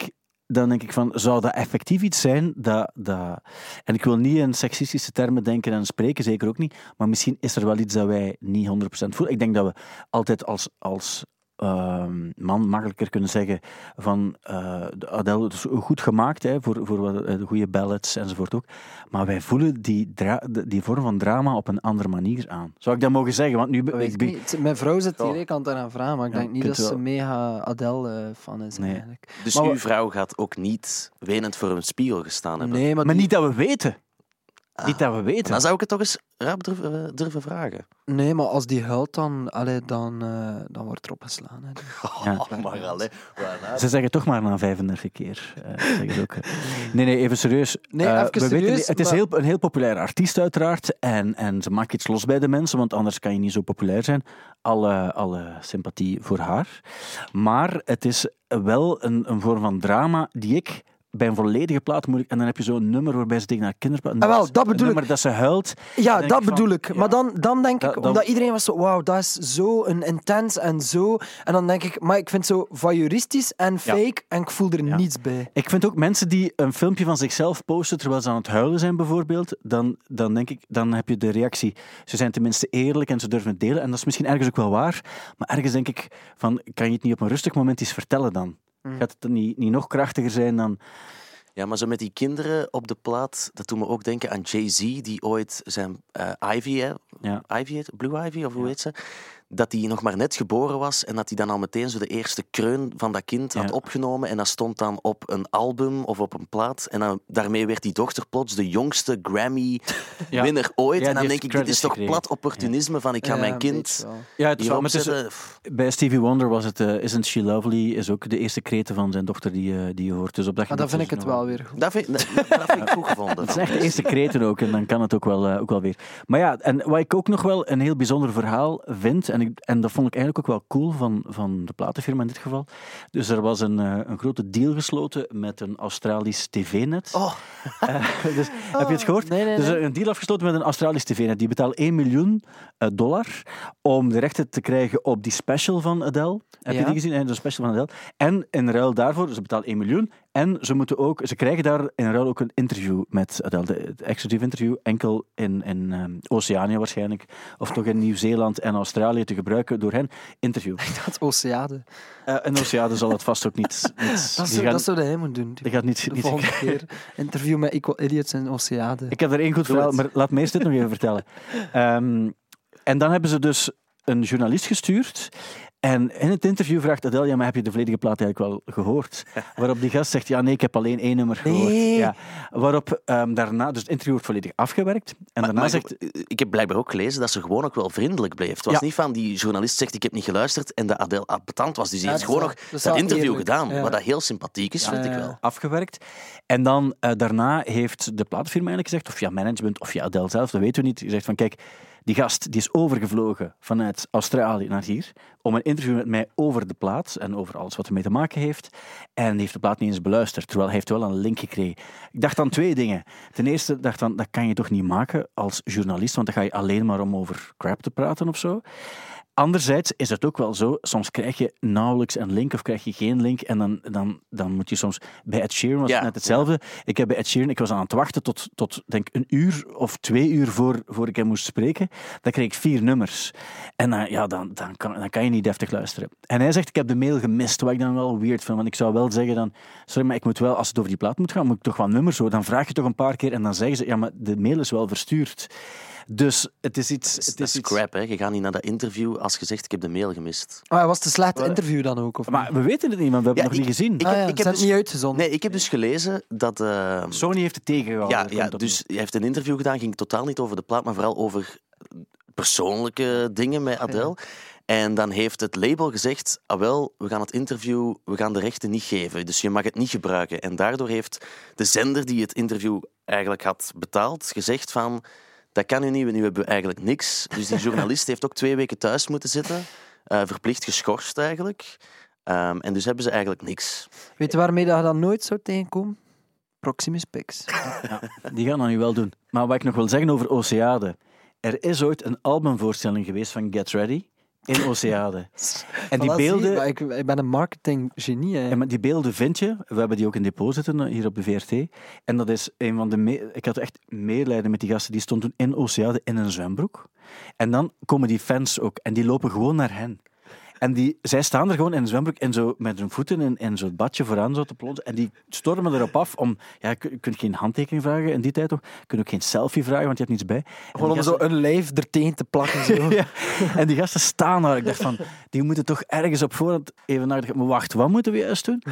dan denk ik van, zou dat effectief iets zijn dat, dat... En ik wil niet in seksistische termen denken en spreken, zeker ook niet, maar misschien is er wel iets dat wij niet honderd procent voelen. Ik denk dat we altijd als... als Uh, man makkelijker kunnen zeggen van uh, Adele is goed gemaakt hè, voor, voor de goede ballads enzovoort ook. Maar wij voelen die, dra- die vorm van drama op een andere manier aan. Zou ik dat mogen zeggen? Want nu, Weet ik niet. Mijn vrouw zit hier, ik kan het eraan vragen, maar ik Ja, denk niet kunt dat ze wel. mega Adele-fan is. Nee. Eigenlijk. Dus Maar uw we- vrouw gaat ook niet wenend voor een spiegel gestaan hebben? Nee, maar, Maar die- niet dat we weten. Ah, Niet dat we weten. Dan zou ik het toch eens rap durven, uh, durven vragen. nee, maar als die huilt, dan, allee, dan, uh, dan wordt erop geslaan. Hè. Ja. Oh, maar allee. Voilà. Ze zeggen toch maar na vijfendertig keer. Uh, zeggen ze ook. Nee, nee, even serieus. Nee, Uh, even we serieus, weten, niet- het is maar- heel, een heel populaire artiest uiteraard. En, en ze maakt iets los bij de mensen, want anders kan je niet zo populair zijn. Alle, alle sympathie voor haar. Maar het is wel een, een vorm van drama die ik... Bij een volledige plaat moeilijk. En dan heb je zo'n nummer waarbij ze tegen haar kinderen praten. Ah, wel, dat bedoel een nummer ik. dat ze huilt. Ja, denk dat ik van, bedoel ik. ja. Maar dan, dan denk Dat- ik, dan- omdat iedereen was zo, wauw, dat is zo een intens en zo. En dan denk ik, maar ik vind het zo voyeuristisch en fake en ik voel er Ja. niets bij. Ik vind ook mensen die een filmpje van zichzelf posten terwijl ze aan het huilen zijn bijvoorbeeld, dan, dan denk ik, dan heb je de reactie, ze zijn tenminste eerlijk en ze durven het delen. En dat is misschien ergens ook wel waar, maar ergens denk ik van, kan je het niet op een rustig moment eens vertellen dan? Mm. Gaat het niet, niet nog krachtiger zijn dan... Ja, maar zo met die kinderen op de plaat, dat doet me ook denken aan Jay-Z, die ooit zijn uh, Ivy, hè? Ja. Ivy heet, Blue Ivy, of hoe heet ze? Dat hij nog maar net geboren was en dat hij dan al meteen zo de eerste kreun van dat kind had Ja. opgenomen. En dat stond dan op een album of op een plaat. En dan, daarmee werd die dochter plots de jongste Grammy-winner ooit. Ja, en dan die denk heeft ik, dit is credits toch gekregen. plat opportunisme van ik ga Ja, mijn een kind beetje wel. Ja, het is wel, hierop maar het is, zetten. Pff. bij Stevie Wonder was het uh, Isn't She Lovely, is ook de eerste kreten van zijn dochter die, uh, die je hoort. Dus op dat Maar dan gebied vind ik is het nog wel weer goed. Dat vind, dat, dat vind ik goed gevonden. Het zijn echt de eerste kreten ook, en dan kan het ook wel, uh, ook wel weer. Maar ja, en wat ik ook nog wel een heel bijzonder verhaal vind, en, ik, en dat vond ik eigenlijk ook wel cool van, van de platenfirma in dit geval. Dus er was een, uh, een grote deal gesloten met een Australisch tv-net. Oh. Uh, dus, heb je het gehoord? Nee, nee, Dus nee. er een deal afgesloten met een Australisch tv-net. Die betaalt één miljoen uh, dollar om de rechten te krijgen op die special van Adele. Heb Ja. je die gezien? Nee, de special van Adele. En in ruil daarvoor, ze betalen één miljoen. En ze moeten ook, ze krijgen daar in ruil ook een interview met Adele. De- Het exclusief interview, enkel in, in um, Oceanië waarschijnlijk. Of toch in Nieuw-Zeeland en Australië te gebruiken door hen. Interview. Dat Oceade. Uh, in Oceanië zal het vast ook niet... niet Dat, die zou, gaan- dat zou hij moeten doen. die gaat niet, De niet volgende keer. Interview met Equal Idiots in Oceade. Ik heb er één goed Doe verhaal, het. maar laat me eerst dit nog even vertellen. Um, en dan hebben ze dus een journalist gestuurd. En in het interview vraagt Adele, ja, maar heb je de volledige plaat eigenlijk wel gehoord? Waarop die gast zegt, ja, nee, ik heb alleen één nummer gehoord. Nee. Ja. Waarop um, daarna, dus het interview wordt volledig afgewerkt. En Maar, daarna maar zegt... ik heb blijkbaar ook gelezen dat ze gewoon ook wel vriendelijk bleef. Het was Ja. niet van die journalist zegt ik heb niet geluisterd en de Adele appetant was. Dus die Ja, heeft dat gewoon is nog wel- dat is dat wel interview eerlijk. gedaan. Ja. Wat dat heel sympathiek is, Ja, vind ik ja. wel. afgewerkt. En dan uh, daarna heeft de platenfirma eigenlijk gezegd, of via management, of via Adele zelf, dat weten we niet, gezegd van kijk, die gast die is overgevlogen vanuit Australië naar hier om een interview met mij over de plaat en over alles wat ermee te maken heeft. En die heeft de plaat niet eens beluisterd, terwijl hij heeft wel een link gekregen. Ik dacht dan twee dingen. Ten eerste dacht dan, dat kan je toch niet maken als journalist, want dan ga je alleen maar om over crap te praten of zo. Anderzijds is het ook wel zo, soms krijg je nauwelijks een link of krijg je geen link en dan, dan, dan moet je soms... Bij Ed Sheeran was Ja, het net hetzelfde. Ik heb bij Ed Sheeran, ik was aan het wachten tot, tot denk een uur of twee uur voor, voor ik hem moest spreken. Dan kreeg ik vier nummers. En dan, ja, dan, dan, kan, dan kan je niet deftig luisteren. En hij zegt, ik heb de mail gemist, wat ik dan wel weird vind. Want ik zou wel zeggen dan, sorry, maar ik moet wel, als het over die plaat moet gaan, moet ik toch wel nummers zo. Dan vraag je toch een paar keer en dan zeggen ze, ja, maar de mail is wel verstuurd. Dus het is iets... Het is, Het dat is is iets crap, hè. Je gaat niet naar dat interview als je zegt ik heb de mail gemist. Maar was het een slecht interview dan ook? Of maar niet? we weten het niet, want we hebben Ja, het nog ik- niet gezien. ik- Ah ja, ik ze heb hebben dus- het niet uitgezonden. Nee, ik heb dus gelezen dat... Uh, Sony heeft het tegengehouden. ja, dat ja, komt op dus hij heeft een interview gedaan, ging totaal niet over de plaat, maar vooral over persoonlijke dingen met Adele. En dan heeft het label gezegd, ah wel, we gaan het interview, we gaan de rechten niet geven, dus je mag het niet gebruiken. En daardoor heeft de zender die het interview eigenlijk had betaald, gezegd van, dat kan u niet, nu hebben we eigenlijk niks. Dus die journalist heeft ook twee weken thuis moeten zitten, uh, verplicht geschorst eigenlijk. Um, en dus hebben ze eigenlijk niks. Weet je waarmee dat je dan nooit zou tegenkomen? Proximus Pix. Ja, die gaan dat nu wel doen. Maar wat ik nog wil zeggen over Oceade. Er is ooit een albumvoorstelling geweest van Get Ready in Oceade. En die Voilà, beelden... zie, maar ik, ik ben een marketinggenie. Hè. Ja, maar die beelden vind je, we hebben die ook in depot zitten, hier op de V R T. En dat is een van de... Me- ik had echt medelijden met die gasten, die stonden toen in Oceade in een zwembroek. En dan komen die fans ook, en die lopen gewoon naar hen. En die, zij staan er gewoon in een zwembroek en zo met hun voeten in, in zo'n badje vooraan zo te plonzen. En die stormen erop af om... Ja, je kunt geen handtekening vragen in die tijd toch. Je kunt ook geen selfie vragen, want je hebt niets bij. En Gewoon om die gasten- zo een lijf er tegen te plakken. Zo. ja. En die gasten staan daar. Ik dacht van, die moeten toch ergens op voorhand even nadenken. Maar wacht, wat moeten we juist doen?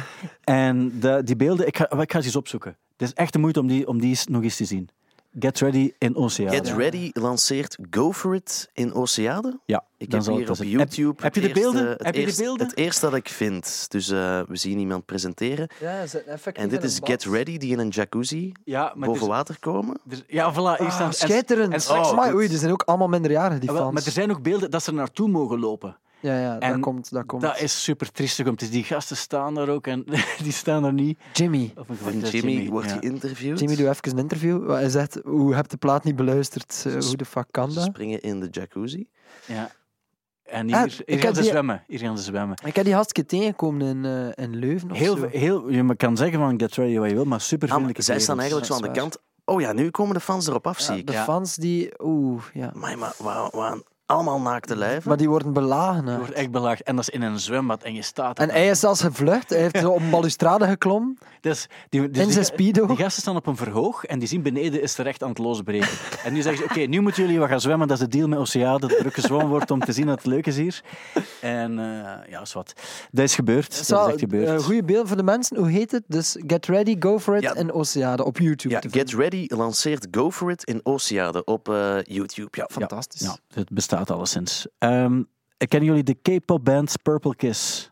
En de, die beelden, ik ga, ik ga ze eens opzoeken. Het is echt de moeite om die, om die eens, nog eens te zien. Get Ready in Oceade. Get Ready lanceert Go For It in Oceade. Ja, Ik dan heb zal hier het op zijn. YouTube Heb, heb je het de beelden? eerste- het heb je de eerste- beelden? Het eerste dat ik vind. Dus uh, we zien iemand presenteren. Ja, ze- effectief En dit in is een Get bad. Ready, die in een jacuzzi Ja, maar boven het is- water komen. er- ja, voilà. Hier Ah, staan, en- schitterend. en straks- oh, maar, goed. oei, er zijn ook allemaal minderjarigen, die Ah, wel, fans. maar er zijn ook beelden dat ze er naartoe mogen lopen. Ja, ja, En dat komt. Dat komt. Dat is super triestig om te zien. Die gasten staan daar ook en die staan er niet. Jimmy. Of een En dat Jimmy wordt ja. geïnterviewd. Jimmy doet even een interview. Hij zegt, hoe heb je de plaat niet beluisterd? Uh, hoe de fuck kan Ze dat? springen in de jacuzzi. Ja. En hier, Ah, hier ik gaan heb ze die- zwemmen. Hier gaan ze zwemmen. Ik heb die hartstikke tegengekomen in, uh, in Leuven of Heel, zo. heel, je kan zeggen van Get Ready wat je wil, maar super Ah, maar vriendelijke zij staan kerels. eigenlijk zo aan de dat is kant. Oh ja, nu komen de fans erop af, zie Ja, ik. de Ja. fans die... Oeh, ja. Maar, maar, maar, maar allemaal naakte lijven. Maar die worden belagen. hè. Je wordt echt belaagd. En dat is in een zwembad en je staat er. En hij is zelfs gevlucht. Hij heeft zo op een balustrade geklommen. Dus die, dus In die- zijn speedo. Die gasten staan op een verhoog en die zien beneden is er echt aan het losbreken. En nu zeggen ze, oké, nu moeten jullie wat gaan zwemmen. Dat is de deal met Oceade, dat er ook gezwommen wordt om te zien dat het leuk is hier. En uh, ja, is wat. Dat is gebeurd. Dat is Zo, echt gebeurd. uh, goeie beeld voor de mensen. Hoe heet het? Dus Get Ready, Go For It Ja. in Oceade op YouTube. Ja, te Get vinden. Ready lanceert Go For It in Oceade op uh, YouTube. Ja, Fantastisch. Ja, het bestaat alleszins. Um, kennen jullie de K-pop band Purple Kiss?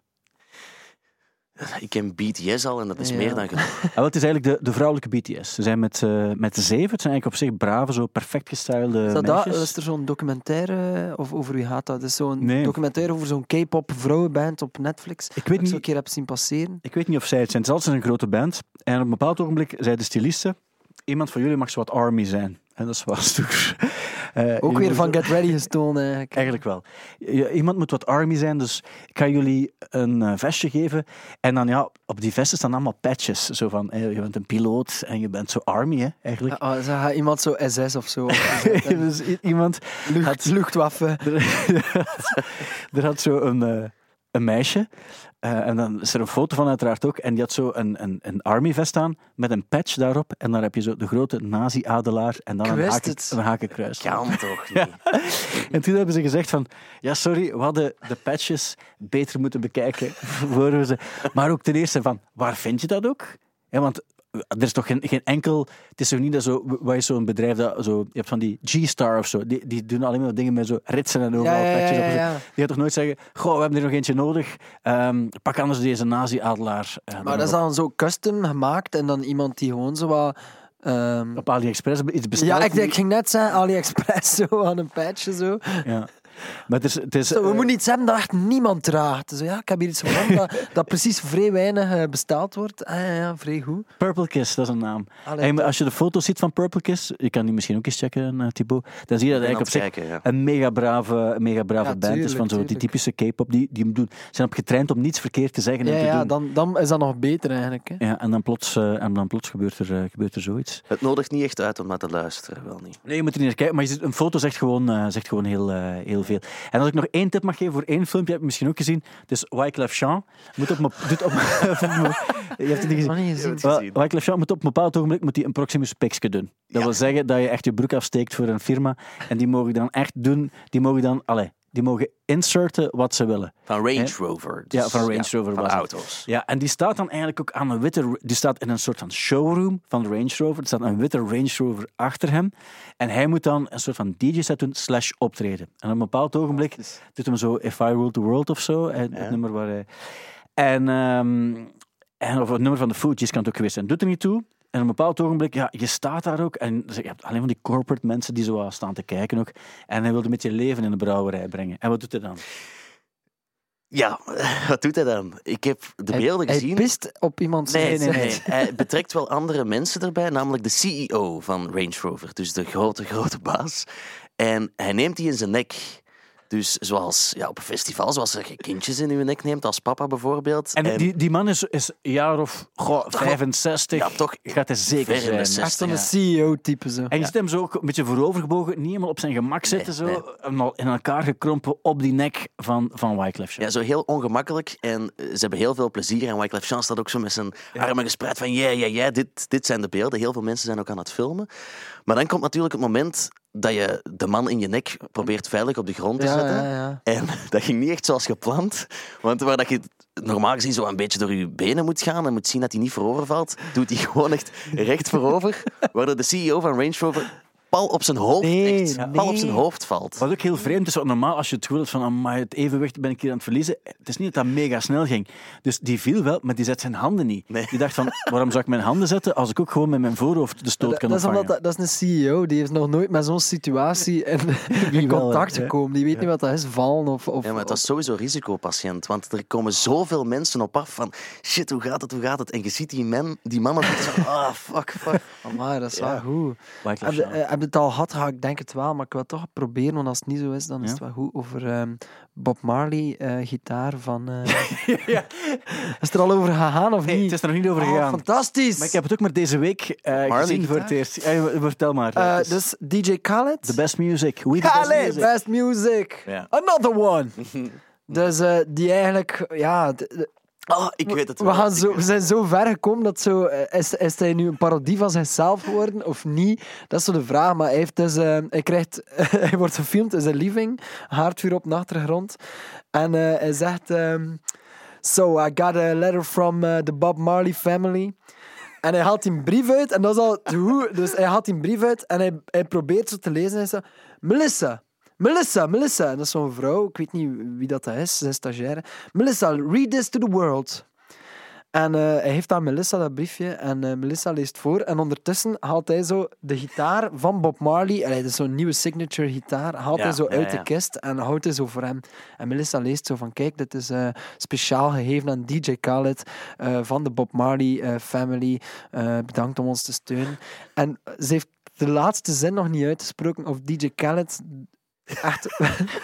Ik ken B T S al en dat is Ja. meer dan genoeg. Ah, wel, het is eigenlijk de, de vrouwelijke B T S. Ze zijn met, uh, met zeven. Het zijn eigenlijk op zich brave, zo perfect gestylede Is, dat meisjes. dat? Is er zo'n documentaire, of over wie gaat dat? Het is zo'n Nee. documentaire over zo'n K-pop vrouwenband op Netflix. Ik weet Dat ik zo niet- een keer heb zien passeren. Ik weet niet of zij het zijn. Het is altijd een grote band. En op een bepaald ogenblik zei de styliste, iemand van jullie mag zo wat army zijn. En dat is wel stoer. Uh, Ook jullie weer van moeten- Get Ready gestolen eigenlijk. Eigenlijk wel. Ja, iemand moet wat army zijn, dus ik ga jullie een uh, vestje geven. En dan ja, op die vesten staan allemaal patches. Zo van, hey, je bent een piloot en je bent zo army, hè, eigenlijk. Ja, oh, zo gaat iemand zo S S of zo. Dus i- iemand Lucht, had, Luchtwaffe. er, had, er had zo een, uh, een meisje. Uh, en dan is er een foto van uiteraard ook. En die had zo een, een, een army vest aan met een patch daarop. En dan heb je zo de grote nazi-adelaar en dan Ik een, wist haken, het. een hakenkruis. Kan toch niet? En toen hebben ze gezegd van, ja sorry, we hadden de patches beter moeten bekijken voor we ze... Maar ook ten eerste van, waar vind je dat ook? Ja, want er is toch geen, geen enkel... Het is toch niet dat zo... Wat is zo'n bedrijf dat zo... Je hebt van die G-Star of zo. Die, die doen alleen maar dingen met zo ritsen en overal Ja, ja, patches ja, op. en zo. ja. Die gaat toch nooit zeggen, goh, we hebben er nog eentje nodig. Um, pak anders deze nazi-adelaar. uh, Maar dat is dan zo custom gemaakt en dan iemand die gewoon zo wat... ehm, op AliExpress iets besteld. ja, ik, ik ging net zeggen, AliExpress zo aan een patchje zo. Ja. Maar het is... Het is Zo, we uh, moeten iets hebben dat echt niemand draagt. Zo, ja, ik heb hier iets gevonden dat, dat precies vrij weinig uh, besteld wordt. Ah, ja, ja, vrij goed. Purple Kiss, dat is een naam. Allee, Hey, maar top. als je de foto's ziet van Purple Kiss, je kan die misschien ook eens checken, uh, Thibaut, dan zie je dat Ik ben eigenlijk op aan zich het kijken, ja. een mega brave, mega brave Ja, band is tuurlijk, van zo die tuurlijk. typische K-pop. Die, die doen, zijn op getraind om niets verkeerd te zeggen Ja, en te ja doen. dan, dan is dat nog beter eigenlijk. Hè. Ja, en dan plots, uh, en dan plots gebeurt, er, uh, gebeurt er zoiets. Het nodigt niet echt uit om naar te luisteren, wel niet. Nee, je moet er niet naar kijken, maar je ziet, een foto zegt gewoon, uh, zegt gewoon heel, uh, heel veel. En als ik nog één tip mag geven voor één filmpje, heb je misschien ook gezien. Dus Wyclef Jean moet op... me- doet op je hebt het niet gezien. Oh, niet gezien. Ja, Wel, Wyclef Jean moet op een bepaald ogenblik moet hij een Proximus Pixke doen. Dat Ja. wil zeggen dat je echt je broek afsteekt voor een firma. En die mogen dan echt doen... Die mogen dan... Allee, die mogen inserten wat ze willen. Van Range Ja. Rover. Dus, Ja, van Range Rover Van was het. auto's. Ja, en die staat dan eigenlijk ook aan een witte... Die staat in een soort van showroom van de Range Rover. Er staat een witte Range Rover achter hem. En hij moet dan een soort van D J-set doen, slash optreden. En op een bepaald ogenblik doet hem zo If I Ruled the World of zo. Het, het Ja. nummer waar hij... En, um, en of het nummer van de Fugees kan het ook geweest zijn. Doet er niet toe. En op een bepaald ogenblik, ja, je staat daar ook. En je hebt alleen van die corporate mensen die zo staan te kijken ook. En hij wilde met je leven in de brouwerij brengen. En wat doet hij dan? Ja, wat doet hij dan? Ik heb de Hij- beelden hij gezien. pist op iemand. Nee, nee, nee. Hij betrekt wel andere mensen erbij, namelijk de C E O van Range Rover. Dus de grote, grote baas. En hij neemt die in zijn nek. Dus zoals ja, op een festival, zoals je kindjes in je nek neemt, als papa bijvoorbeeld. En, en die, die man is, is een jaar of goh, vijfenzestig. Ja, toch gaat hij zeker ver in de zijn. zestig. Echt zo'n C E O-type zo. En je ziet hem zo ook een beetje voorovergebogen, niet helemaal op zijn gemak zitten, zo, nee. en in elkaar gekrompen op die nek van, van Wyclef Jean. Ja, zo heel ongemakkelijk. En ze hebben heel veel plezier. En Wyclef Jean staat ook zo met zijn Ja. armen gespreid van ja, ja, ja, dit, dit zijn de beelden. Heel veel mensen zijn ook aan het filmen. Maar dan komt natuurlijk het moment dat je de man in je nek probeert veilig op de grond te Ja, zetten. ja, ja. En dat ging niet echt zoals gepland. Want waar dat je normaal gezien zo een beetje door je benen moet gaan en moet zien dat hij niet voorover valt, doet hij gewoon echt recht voorover. Waardoor de C E O van Range Rover pal op zijn hoofd, Nee, echt, nee. pal op zijn hoofd valt. Wat ook heel vreemd is, want normaal als je het gevoel hebt van amai, het evenwicht ben ik hier aan het verliezen, het is niet dat dat mega snel ging. Dus die viel wel, maar die zet zijn handen niet. Nee. Die dacht van, waarom zou ik mijn handen zetten als ik ook gewoon met mijn voorhoofd de stoot Dat, kan dat is ontvangen? omdat dat, dat is een C E O, die heeft nog nooit met zo'n situatie in, in Wie wel, contact hè? gekomen. Die weet niet wat dat is, vallen of... of Ja, maar het was sowieso risicopatiënt. Want er komen zoveel mensen op af van shit, hoe gaat het, hoe gaat het? En je ziet die, man, die mannen zo, ah, fuck, fuck. Amai, dat is Ja. wel goed. Wyclef Heb je, Jean. eh, heb je het al gehad? Ja, ik denk het wel, maar ik wil het toch proberen, want als het niet zo is, dan is Ja. het wel goed. Over ehm, Bob Marley, eh, gitaar van... eh, Ja. Is het er al over gegaan of Nee, niet? het is er nog niet over Oh, gegaan. fantastisch! Maar ik heb het ook maar deze week eh, Marley gezien voor gitaar? het eerst. Ja, vertel maar. Eh, Het is dus D J Khaled. The best music. We the best Khaled, music. best music. Ja. Another one. Dus eh, die eigenlijk, ja... d- d- Oh, ik weet het We, wel. gaan Ik zo, weet we zijn zo ver gekomen dat zo... eh, Is, is hij nu een parodie van zichzelf geworden of niet? Dat is zo de vraag. Maar hij, heeft dus, eh, hij, krijgt, hij wordt gefilmd in zijn living. Haardvuur op de achtergrond. En eh, hij zegt... ehm, so, I got a letter from eh, the Bob Marley family. En hij haalt die een brief uit. En dat is al hoe. Dus hij haalt die een brief uit. En hij, hij probeert zo te lezen. En hij zegt... Melissa... Melissa, Melissa. En dat is zo'n vrouw. Ik weet niet wie dat is. Ze is stagiaire. Melissa, read this to the world. En uh, hij geeft aan Melissa dat briefje. En uh, Melissa leest voor. En ondertussen haalt hij zo de gitaar van Bob Marley. Allee, dat is zo'n nieuwe signature gitaar. Haalt Ja, hij zo ja, uit ja. de kist. En houdt hij zo voor hem. En Melissa leest zo van... Kijk, dit is uh, speciaal gegeven aan D J Khaled. Uh, van de Bob Marley uh, family. Uh, bedankt om ons te steunen. En ze heeft de laatste zin nog niet uitgesproken. Of D J Khaled... Echt...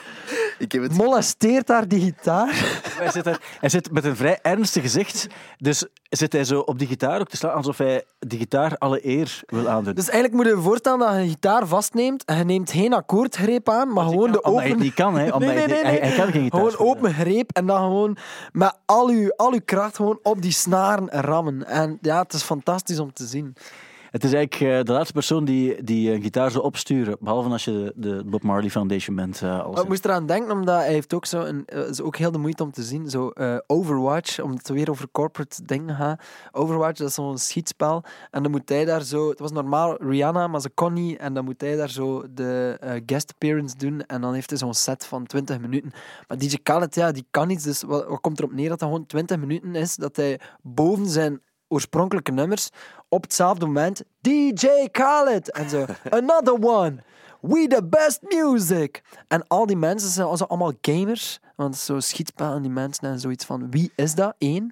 Ik heb het... molesteert daar die gitaar. Hij zit, er, hij zit met een vrij ernstig gezicht. Dus zit hij zo op die gitaar ook te slaan alsof hij die gitaar alle eer wil aandoen. Dus eigenlijk moet je je voorstellen dat je een gitaar vastneemt en je neemt geen akkoordgreep aan, maar gewoon de Omdat hij open... het niet kan, hè. Omdat Nee, nee, hij- nee, Hij, nee. hij kan geen gitaar Gewoon spelen. open greep en dan gewoon met al uw, al uw kracht gewoon op die snaren rammen. En ja, het is fantastisch om te zien. Het is eigenlijk eh, de laatste persoon die, die een gitaar zou opsturen. Behalve als je de, de Bob Marley Foundation bent. eh, als Maar ik moest eraan denken, omdat hij heeft ook zo een, uh, is ook heel de moeite om te zien. Zo eh, Overwatch, omdat het weer over corporate dingen gaat. Overwatch, dat is zo'n schietspel. En dan moet hij daar zo... Het was normaal Rihanna, maar ze kon niet. En dan moet hij daar zo de uh, guest appearance doen. En dan heeft hij zo'n set van twintig minuten. Maar D J Khaled, ja, die kan iets. Dus wat, wat komt erop neer dat dat gewoon twintig minuten is? Dat hij boven zijn oorspronkelijke nummers op hetzelfde moment D J Khaled en zo another one, we the best music. En al die mensen zijn also allemaal gamers, want het is zo schietspel en die mensen en zoiets van wie is dat? Eén.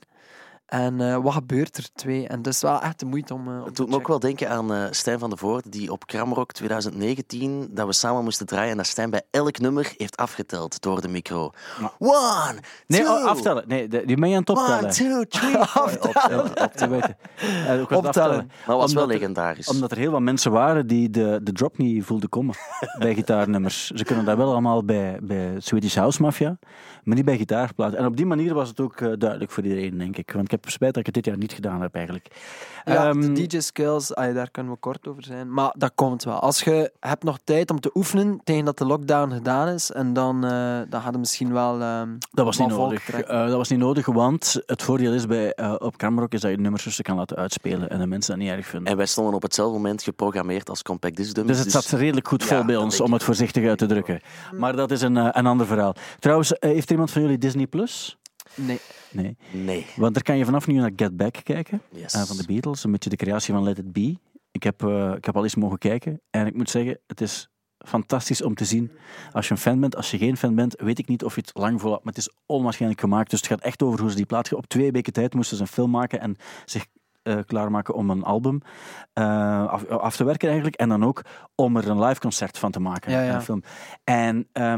En uh, wat gebeurt er? Twee. En dat is wel echt de moeite om, uh, om Het te doet me ook checken. wel denken aan uh, Stijn van de Voorde, die op Kramrock twintig negentien, dat we samen moesten draaien en dat Stijn bij elk nummer heeft afgeteld door de micro. One, Nee, two, oh, aftellen. Nee, de- die ben je aan het optellen. one, two, three. Optellen. Te weten. Eh, ook wat Optellen. aftellen. Maar was wel Omdat er- legendarisch. Omdat er heel wat mensen waren die de, de drop niet voelden komen bij gitaarnummers. Ze kunnen dat wel allemaal bij, bij Swedish House Mafia, maar niet bij gitaarplaten. En op die manier was het ook uh, duidelijk voor iedereen, denk ik. Want ik heb spijt dat ik het dit jaar niet gedaan heb, eigenlijk. Ja, Ehm, de D J-skills, ah, daar kunnen we kort over zijn. Maar dat komt wel. Als je hebt nog tijd om te oefenen tegen dat de lockdown gedaan is, en dan, uh, dan gaat het misschien wel... Um, Dat was, niet van volk nodig. trekken. Uh, dat was niet nodig, want het voordeel is bij, uh, op Kramrock is dat je nummers rustig kan laten uitspelen en de mensen dat niet erg vinden. En wij stonden op hetzelfde moment geprogrammeerd als Compact Disc Dummies. Dus het zat redelijk goed vol Ja, bij dat ons, denk om ik het voorzichtig uit te drukken. Maar dat is een, uh, een ander verhaal. Trouwens, uh, heeft er iemand van jullie Disney Plus? Nee. Nee. Nee. Want daar kan je vanaf nu naar Get Back kijken, Yes. uh, van de Beatles. Een beetje de creatie van Let It Be. Ik heb, uh, ik heb al eens mogen kijken en ik moet zeggen, het is fantastisch om te zien. Als je een fan bent, als je geen fan bent, weet ik niet of je het lang volhoudt, maar het is onwaarschijnlijk gemaakt. Dus het gaat echt over hoe ze die plaat... Op twee weken tijd moesten ze een film maken en zich uh, klaarmaken om een album uh, af, af te werken eigenlijk. En dan ook om er een live concert van te maken. Ja, ja. Een film. En um,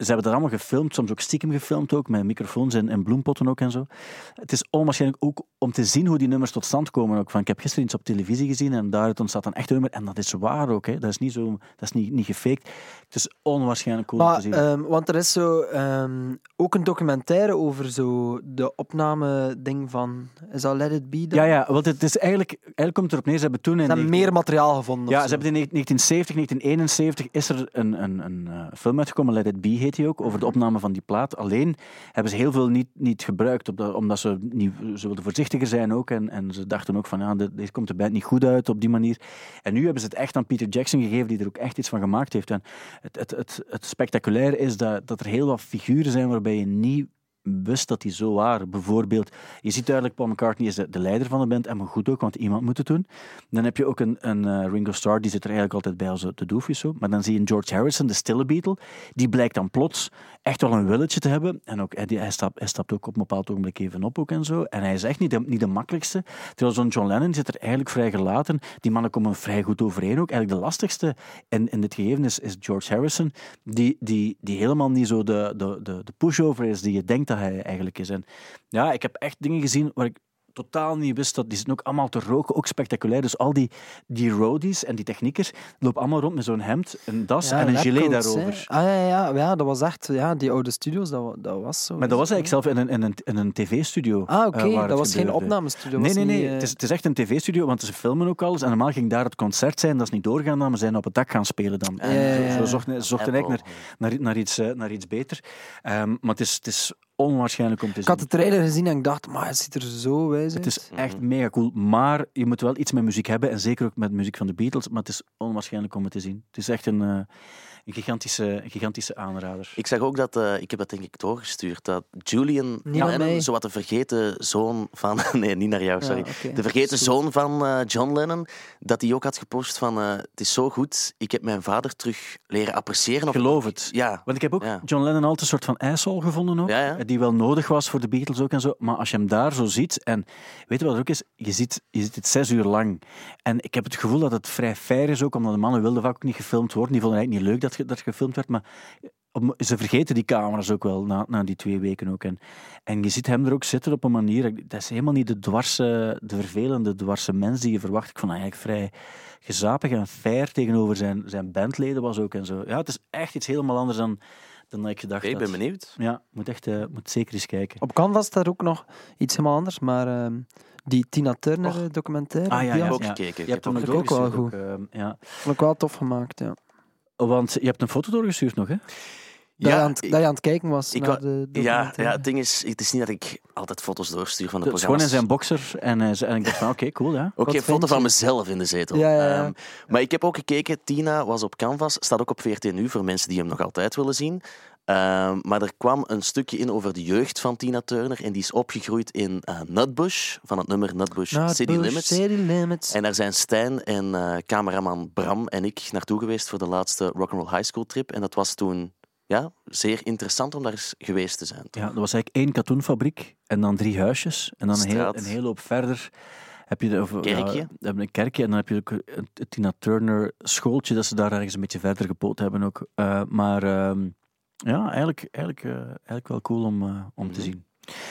ze hebben dat allemaal gefilmd, soms ook stiekem gefilmd ook, met microfoons en, en bloempotten ook en zo. Het is onwaarschijnlijk ook om te zien hoe die nummers tot stand komen ook. Van, ik heb gisteren iets op televisie gezien en daaruit ontstaat een echt nummer en dat is waar ook. Hè. Dat is niet, zo, dat is niet, niet gefaked. Het is onwaarschijnlijk cool Maar, om te zien. um, want er is zo um, ook een documentaire over zo de opname-ding van... Is dat Let It Be? Dan? Ja, ja, want het is eigenlijk, eigenlijk komt het erop neer, ze hebben toen... Ze in hebben negentien meer materiaal gevonden. Ja, of ze zo. hebben in negentien zeventig, negentien eenenzeventig is er een, een, een uh, film uitgekomen, Let It Be heet die ook, over de opname van die plaat. Alleen hebben ze heel veel niet, niet gebruikt, omdat, omdat ze, niet, ze wilden voorzichtiger zijn ook. En, en ze dachten ook van, ja, dit, dit komt de band niet goed uit op die manier. En nu hebben ze het echt aan Peter Jackson gegeven, die er ook echt iets van gemaakt heeft. En het, het, het, het spectaculaire is dat, dat er heel wat figuren zijn waarbij je niet wist dat die zo waren. Bijvoorbeeld, je ziet duidelijk, Paul McCartney is de, de leider van de band, en maar goed ook, want iemand moet het doen. Dan heb je ook een, een uh, Ringo Starr, die zit er eigenlijk altijd bij als de doofjes zo. Maar dan zie je een George Harrison, de stille Beatle, die blijkt dan plots echt wel een willetje te hebben. En ook, hij, hij, stapt, hij stapt ook op een bepaald ogenblik even op ook en zo. En hij is echt niet de, niet de makkelijkste. Terwijl zo'n John Lennon zit er eigenlijk vrij gelaten. Die mannen komen vrij goed overeen ook. Eigenlijk de lastigste in, in dit gegeven is, is George Harrison, die, die, die helemaal niet zo de, de, de, de pushover is die je denkt dat hij eigenlijk is. En ja, ik heb echt dingen gezien waar ik totaal niet wist dat die zitten ook allemaal te roken, ook spectaculair. Dus al die, die roadies en die techniekers lopen allemaal rond met zo'n hemd, een das Ja, en een gilet labcoats, daarover. hè. Ah ja, ja, ja, dat was echt, ja, die oude studio's, dat, wa- dat was zo. Maar dat was eigenlijk zelf in een, in een, in een tv-studio. Ah, oké, uh, waar dat het was geen gebeurde. opnamestudio. Nee, was nee, nee. niet, uh... Het, is, het is echt een tv-studio, want ze filmen ook alles. En normaal ging daar het concert zijn, dat is niet doorgegaan, dan, maar ze zijn op het dak gaan spelen dan. En Ja, ja, ja. Zo, zo zochten, ze zochten eigenlijk naar, naar, naar, iets, uh, naar iets beter. Um, maar het is, het is onwaarschijnlijk om te zien. Ik had de trailer gezien en ik dacht, maar het ziet er zo wijs uit. Het is echt mega cool, maar je moet wel iets met muziek hebben, en zeker ook met muziek van de Beatles, maar het is onwaarschijnlijk om het te zien. Het is echt een, uh, een, gigantische, een gigantische aanrader. Ik zag ook dat, uh, ik heb dat denk ik doorgestuurd, dat Julian Niet aan mij. Lennon, zowat de vergeten zoon van... Nee, niet naar jou, sorry. Ja, okay. De vergeten zoon van uh, John Lennon, dat hij ook had gepost van, uh, het is zo goed, ik heb mijn vader terug leren appreciëren. Ik geloof het. Ja. Want ik heb ook Ja. John Lennon altijd een soort van asshole gevonden ook, Ja, ja. die wel nodig was voor de Beatles ook en zo. Maar als je hem daar zo ziet, en weet je wat het ook is? Je ziet, je ziet het zes uur lang. En ik heb het gevoel dat het vrij fair is ook, omdat de mannen wilden vaak ook niet gefilmd worden. Die vonden het eigenlijk niet leuk dat, ge, dat gefilmd werd, maar op, ze vergeten die camera's ook wel na, na die twee weken ook. En, en je ziet hem er ook zitten op een manier, dat is helemaal niet de dwarse, de vervelende dwarse mens die je verwacht. Ik vond hem eigenlijk vrij gezapig en fair tegenover zijn, zijn bandleden was ook en zo. Ja, het is echt iets helemaal anders dan, dan ik gedacht Ik had. ben benieuwd. Ja, moet echt uh, moet zeker eens kijken. Op Canvas staat ook nog iets helemaal anders, maar um, die Tina Turner Och. documentaire, Ah, ja, die Ik heb had- ook ja. gekeken. Ik Je hebt heb hem ook nog vond ik ook wel doorgestuurd ook, uh, ja. vond ik wel tof gemaakt, ja. Want je hebt een foto doorgestuurd nog, hè? Dat, je aan Ja, het, ik- dat je aan het kijken was ik naar wa- de ja, documentaire. ja, het ding is, het is niet dat ik altijd foto's doorstuur van de Het is gewoon in programma's. zijn boxer. En, uh, en ik dacht van, oké, okay, cool, ja. Ook Wat geen vind foto van je? mezelf in de zetel. Ja, ja, ja. Um, maar ik heb ook gekeken, Tina was op Canvas, staat ook op V R T Nu voor mensen die hem nog altijd willen zien. Um, maar er kwam een stukje in over de jeugd van Tina Turner en die is opgegroeid in uh, Nutbush, van het nummer Nutbush Nutbush City Limits. City Limits. En daar zijn Stijn en uh, cameraman Bram en ik naartoe geweest voor de laatste Rock'n'Roll High School trip. En dat was toen ja, zeer interessant om daar eens geweest te zijn. Ja, er was eigenlijk één katoenfabriek en dan drie huisjes. En dan een, heel, Straat. een hele hoop verder heb je de, of, Kerkje. Ja, we hebben een kerkje en dan heb je ook een Tina Turner schooltje dat ze daar ergens een beetje verder gepoot hebben ook. Uh, maar uh, ja, eigenlijk, eigenlijk, uh, eigenlijk wel cool om, uh, om mm. te zien.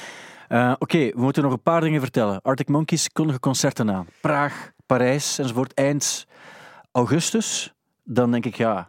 Uh, Oké, okay, we moeten nog een paar dingen vertellen. Arctic Monkeys kondigen concerten aan. Praag, Parijs enzovoort. Eind augustus. Dan denk ik, ja...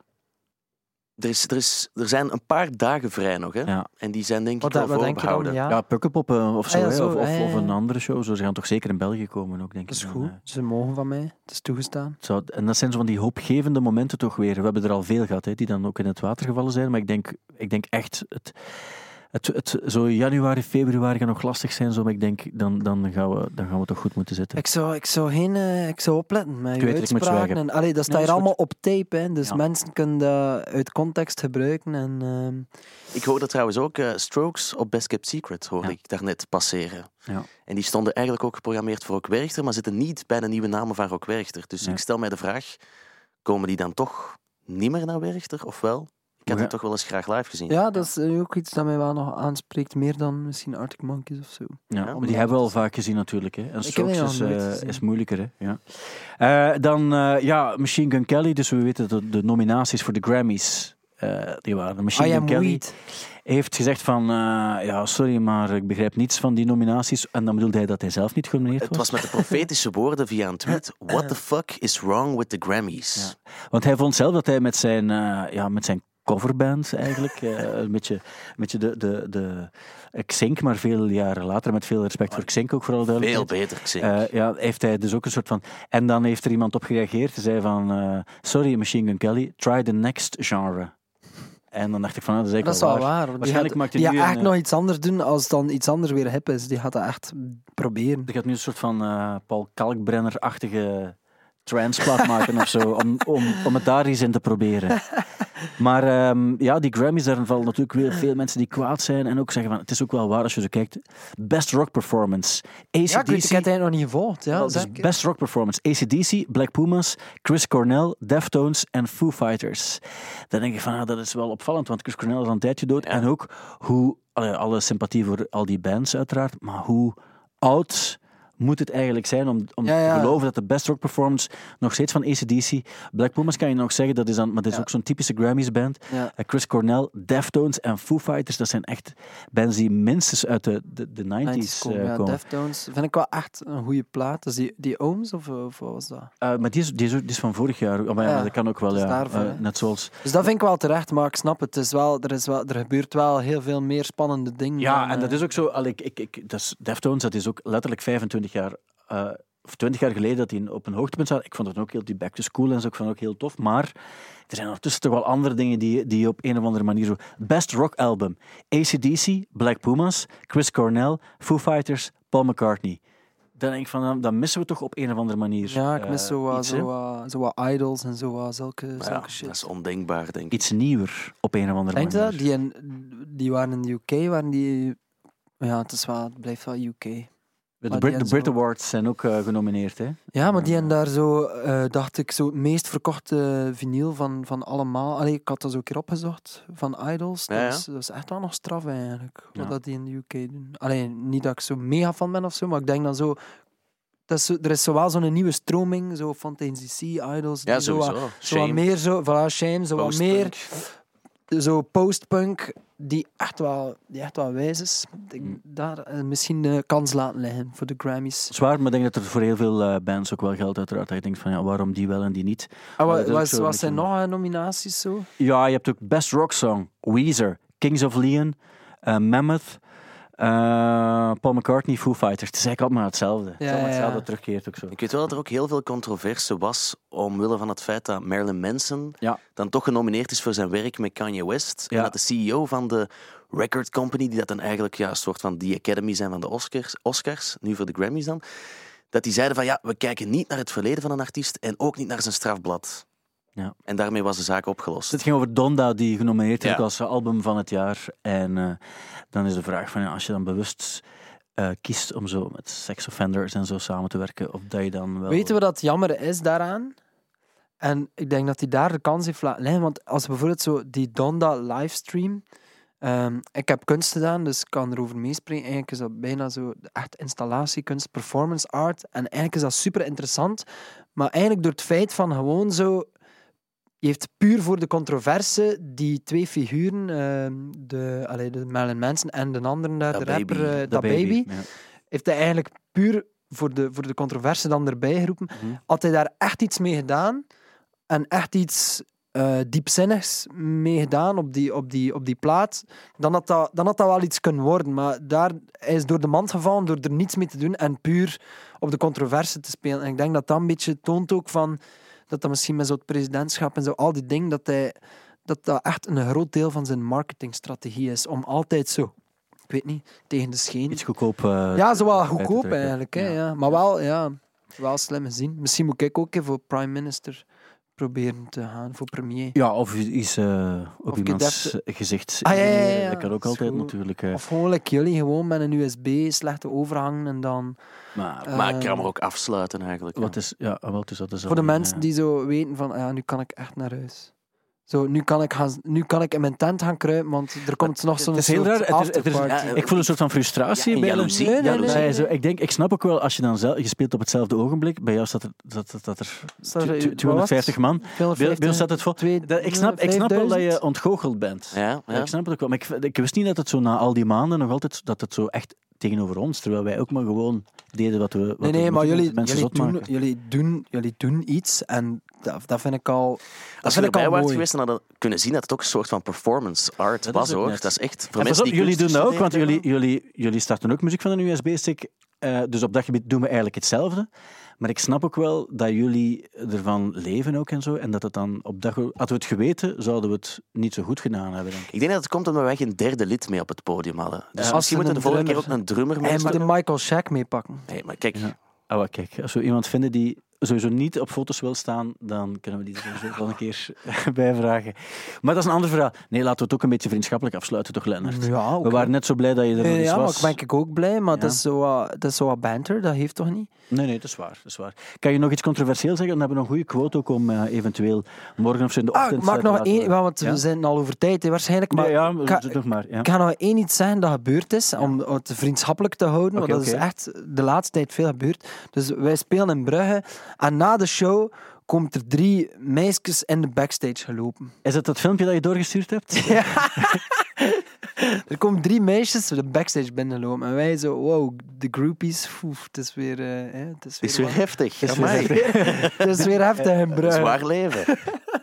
Er, is, er, is, er zijn een paar dagen vrij nog, hè? Ja. En die zijn denk Wat, ik wel wat denk je dan? voorbehouden. Ja, Ja, Pukkelpop uh, of zo, Ah, ja, hè, zo, of, of, ja, ja, of een ja. andere show. Zo, ze gaan toch zeker in België komen ook, denk dat ik. is dan, goed. uh, Ze mogen van mij. Het is toegestaan. Zo, en dat zijn zo van die hoopgevende momenten toch weer. We hebben er al veel gehad, hè, die dan ook in het water gevallen zijn. Maar ik denk, ik denk echt, het, het, het, zo januari, februari gaat nog lastig zijn. Zo, maar ik denk, dan, dan, gaan we, dan gaan we toch goed moeten zitten. Ik zou, ik zou, geen, uh, ik zou opletten met Ik je weet het, ik moet uitspraken. zwijgen. En, allee, dat staat Nee, hier is allemaal op tape, hè, dus Ja. mensen kunnen dat uit context gebruiken. En, uh, Ik hoorde trouwens ook uh, Strokes op Best Kept Secret, hoorde Ja. ik daarnet passeren. Ja. En die stonden eigenlijk ook geprogrammeerd voor Rock Werchter, maar zitten niet bij de nieuwe namen van Rock Werchter. Dus Ja. ik stel mij de vraag, komen die dan toch niet meer naar Werchter, of wel? Ik had Ja. die toch wel eens graag live gezien. ja, dat is uh, ook iets dat mij wel nog aanspreekt. Meer dan misschien Arctic Monkeys of zo. Ja, Ja, maar maar die hebben we al vaak gezien natuurlijk. Hè. En heb Strokes die nog is, nooit uh, gezien. is moeilijker. Hè. Ja. Uh, dan uh, ja, Machine Gun Kelly. Dus we weten dat de nominaties voor de Grammys uh, die waren Machine I Gun Am Kelly. Weed. Heeft gezegd van, uh, ja, sorry, maar ik begrijp niets van die nominaties. En dan bedoelde hij dat hij zelf niet genomineerd was. Het was met de profetische woorden via een tweet. What the fuck is wrong with the Grammys? Ja. Want hij vond zelf dat hij met zijn, uh, ja, met zijn coverband eigenlijk, uh, een beetje, een beetje de, de, de Xink, maar veel jaren later, met veel respect voor Xink ook vooral duidelijk. Veel beter Xink. Uh, ja, heeft hij dus ook een soort van... En dan heeft er iemand op gereageerd, die zei van, uh, sorry Machine Gun Kelly, try the next genre. En dan dacht ik van, nou, dat is eigenlijk dat is wel waar. waar. Waarschijnlijk die gaat, maakt hij die nu gaat echt een, nog iets anders doen als dan iets anders weer hip is. Die gaat dat echt proberen. Die gaat nu een soort van uh, Paul Kalkbrenner-achtige transplaat maken of zo, om, om, om het daar eens in te proberen. Maar um, ja, die Grammys, daar vallen natuurlijk weer veel mensen die kwaad zijn en ook zeggen van, het is ook wel waar als je zo kijkt. Best Rock Performance. A C D C. Ja, ik weet, ik heb het nog niet gevolgd. Ja, dus Best Rock Performance. A C D C, Black Pumas, Chris Cornell, Deftones en Foo Fighters. Dan denk ik van, ah, dat is wel opvallend, want Chris Cornell is al een tijdje dood. Ja. En ook hoe, alle, alle sympathie voor al die bands uiteraard, maar hoe oud moet het eigenlijk zijn om, om ja, ja. te geloven dat de Best Rock Performance nog steeds van A C D C... Black Pumas kan je nog zeggen, dat is dan, maar dat is ja. ook zo'n typische Grammys band. Ja. Uh, Chris Cornell, Deftones en Foo Fighters, dat zijn echt bands die minstens uit de, de, de nineties uh, ja, komen. Deftones vind ik wel echt een goede plaat. Dus die, die Ooms, of, of wat was dat? Uh, maar die is, die, is, die is van vorig jaar. Oh, maar ja, ja, dat kan ook wel, ja. Daarvoor, uh, net zoals... Dus dat vind ik wel terecht, maar ik snap het. Het is wel, er, is wel, er gebeurt wel heel veel meer spannende dingen. Ja, dan, en uh... dat is ook zo... Al, ik, ik, ik, dat is, Deftones, dat is ook letterlijk vijfentwintig jaar... Uh, of twintig jaar geleden dat hij op een hoogtepunt zat. Ik vond het ook heel, die Back to School en zo, ik vond het ook heel tof. Maar er zijn ondertussen toch wel andere dingen die, die op een of andere manier zo... Best Rock Album. A C D C, Black Pumas, Chris Cornell, Foo Fighters, Paul McCartney. Dan denk ik van, dan missen we toch op een of andere manier Ja, ik mis zo, uh, iets, zo, uh, zo wat idols en zo, uh, zulke, ja, zulke shit. Dat is ondenkbaar, denk ik. Iets nieuwer op een of andere denk manier. Denk je dat? Die, in, die waren in de U K, waren die... Ja, het, is wel, het blijft wel U K. De Brit, de Brit Awards zijn ook uh, genomineerd, hè? Ja, maar die hebben daar zo, uh, dacht ik, zo het meest verkochte vinyl van, van allemaal. Allee, ik had dat zo een keer opgezocht, van Idols. Ja, ja. Dat, is, dat is echt wel nog straf eigenlijk, wat Ja. dat die in de U K doen. Allee, niet dat ik zo mega fan ben of zo, maar ik denk dan zo... Dat is zo er is zowel zo'n nieuwe stroming, zo Fantasy C, Idols. Ja, die zo sowieso. wat, zo wat meer zo, voilà, Shame, zo wat meer... Zo postpunk, die echt wel, die echt wel wijs is. Ik, daar uh, misschien de kans laten liggen voor de Grammys. Zwaar, maar ik denk dat er voor heel veel uh, bands ook wel geldt uiteraard. Dat je denkt van, ja, waarom die wel en die niet. Ah, Uh, wat dat is ook zo wat een zijn beetje- nog uh, nominaties zo? Ja, je hebt ook Best Rock Song, Weezer, Kings of Leon, uh, Mammoth, uh, Paul McCartney, Foo Fighters. Het is eigenlijk allemaal hetzelfde. Het is Ja, allemaal ja, hetzelfde, ja. terugkeert ook zo. Ik weet wel dat er ook heel veel controverse was omwille van het feit dat Marilyn Manson Ja. dan toch genomineerd is voor zijn werk met Kanye West. Ja. En dat de C E O van de record company, die dat dan eigenlijk ja, een soort van die Academy zijn van de Oscars, Oscars, nu voor de Grammys dan, dat die zeiden van ja, we kijken niet naar het verleden van een artiest en ook niet naar zijn strafblad. Ja. En daarmee was de zaak opgelost. Het ging over Donda, die genomineerd is Ja. ook als album van het jaar. En uh, dan is de vraag van, ja, als je dan bewust uh, kiest om zo met sex offenders en zo samen te werken, of dat je dan wel... Weten we dat jammer is daaraan? En ik denk dat hij daar de kans heeft laten liggen. Want als bijvoorbeeld zo die Donda livestream... Um, ik heb kunst gedaan, dus ik kan erover meespreken. Eigenlijk is dat bijna zo echt installatiekunst, performance art. En eigenlijk is dat super interessant. Maar eigenlijk door het feit van gewoon zo... Je heeft puur voor de controverse die twee figuren, uh, de, allee, de Marilyn Manson en de andere daar, Da de rapper, Baby. uh, Da Da Baby, Baby, ja. heeft hij eigenlijk puur voor de, voor de controverse dan erbij geroepen. Mhm. Had hij daar echt iets mee gedaan en echt iets uh, diepzinnigs mee gedaan op die, op die, op die plaat, dan had, dat, dan had dat wel iets kunnen worden. Maar daar, hij is door de mand gevallen door er niets mee te doen en puur op de controverse te spelen. En ik denk dat dat een beetje toont ook van dat dat misschien met zo het presidentschap en zo al die dingen, dat hij dat dat echt een groot deel van zijn marketingstrategie is. Om altijd zo, ik weet niet, tegen de scheen. Iets goedkoop... Uh, Ja, zo wel bij te goedkoop trekken. eigenlijk. Hè, Ja. ja. Maar wel, ja, wel slim gezien. Misschien moet ik ook even voor prime minister proberen te gaan, voor premier. Ja, of iets uh, op Of iemands gedefte- gezicht. Ah, ja, ja, ja, Dat kan ook dat is altijd goed. natuurlijk. Uh, Of gewoon like jullie, gewoon met een U S B slechte overhangen en dan... maar Uh, Maar ik kan hem ook afsluiten eigenlijk. wat is... Ja, wel, dus dat is voor de al- mensen ja. die zo weten van, ah ja, nu kan ik echt naar huis. Zo, nu kan ik, gaan, nu kan ik in mijn tent gaan kruipen, want er komt nog zo'n Het is heel soort raar. Het is, het is, afterparty. ik voel een soort van frustratie. Ja, en bij jaloezie. hem. Nee, nee, jaloezie. nee. Ja, zo, ik denk, ik snap ook wel, als je dan zelf, je speelt op hetzelfde ogenblik, bij jou staat er, dat, dat, dat er Staat er- tw- tw- tweehonderdvijftig man. Bij tweehonderdvijftig, bij ons staat het vol. twee- Dat- ik, snap, ik snap wel dat je vijfduizend. ontgoocheld bent. Ja, ja. Ik snap het ook wel. Maar ik, ik wist niet dat het zo na al die maanden nog altijd dat het zo echt tegenover ons, terwijl wij ook maar gewoon deden wat we wat Nee, we nee, maar moeten, jullie, mensen jullie, zot doen, maken. jullie, doen, jullie doen iets en dat, dat vind ik al dat Als je vind ik erbij al was mooi. geweest, dan hadden we kunnen zien dat het ook een soort van performance art Dat was, is ook hoor. net. Dat is echt... Voor En mensen pas op, die jullie doen dat ook, want kunst jullie, jullie, jullie starten ook muziek van een U S B-stick. Uh, dus op dat gebied doen we eigenlijk hetzelfde. Maar ik snap ook wel dat jullie ervan leven ook en zo. En dat het dan op dat... Hadden we het geweten, zouden we het niet zo goed gedaan hebben, denk ik. Ik denk dat het komt omdat wij geen derde lid mee op het podium hadden. Dus Ja, misschien als moeten we de een volgende keer ook drummer- een drummer mee Hij moet pakken. de Michael Shack meepakken. Nee, maar kijk, Ja. Ah, wel, kijk, als we iemand vinden die sowieso niet op foto's wil staan, dan kunnen we die er sowieso wel een keer bij vragen. Maar dat is een ander verhaal. Nee, laten we het ook een beetje vriendschappelijk afsluiten, toch, Lennart? Ja, We waren net zo blij dat je er nog Eh, eens ja, maar was. ben ik ook blij, maar Ja. dat, is zo, wat- dat is zo wat banter, dat heeft toch niet? Nee, nee, dat is waar, dat is waar. Kan je nog iets controversieel zeggen? Dan hebben we nog een goede quote ook om uh, eventueel morgen of zo in de Ah, ochtend... ik mag te nog laten- één, ja, want Ja? we zijn al over tijd, hè, waarschijnlijk. Maar Nee, ja, ik, ga, doe nog maar. Ja. ik ga nog één iets zeggen dat gebeurd is, om het vriendschappelijk te houden, Oké, want dat oké. is echt de laatste tijd veel gebeurd. Dus wij spelen in Brugge en na de show komt er drie meisjes in de backstage gelopen. Is het dat filmpje dat je doorgestuurd hebt? Er komen drie meisjes de backstage binnenlopen en wij zo, wow, de groupies, oef, het is weer... eh, hè, het is het is weer weer wat- heftig. is weer Amai. het is weer heftig in Brugge. Zwaar leven.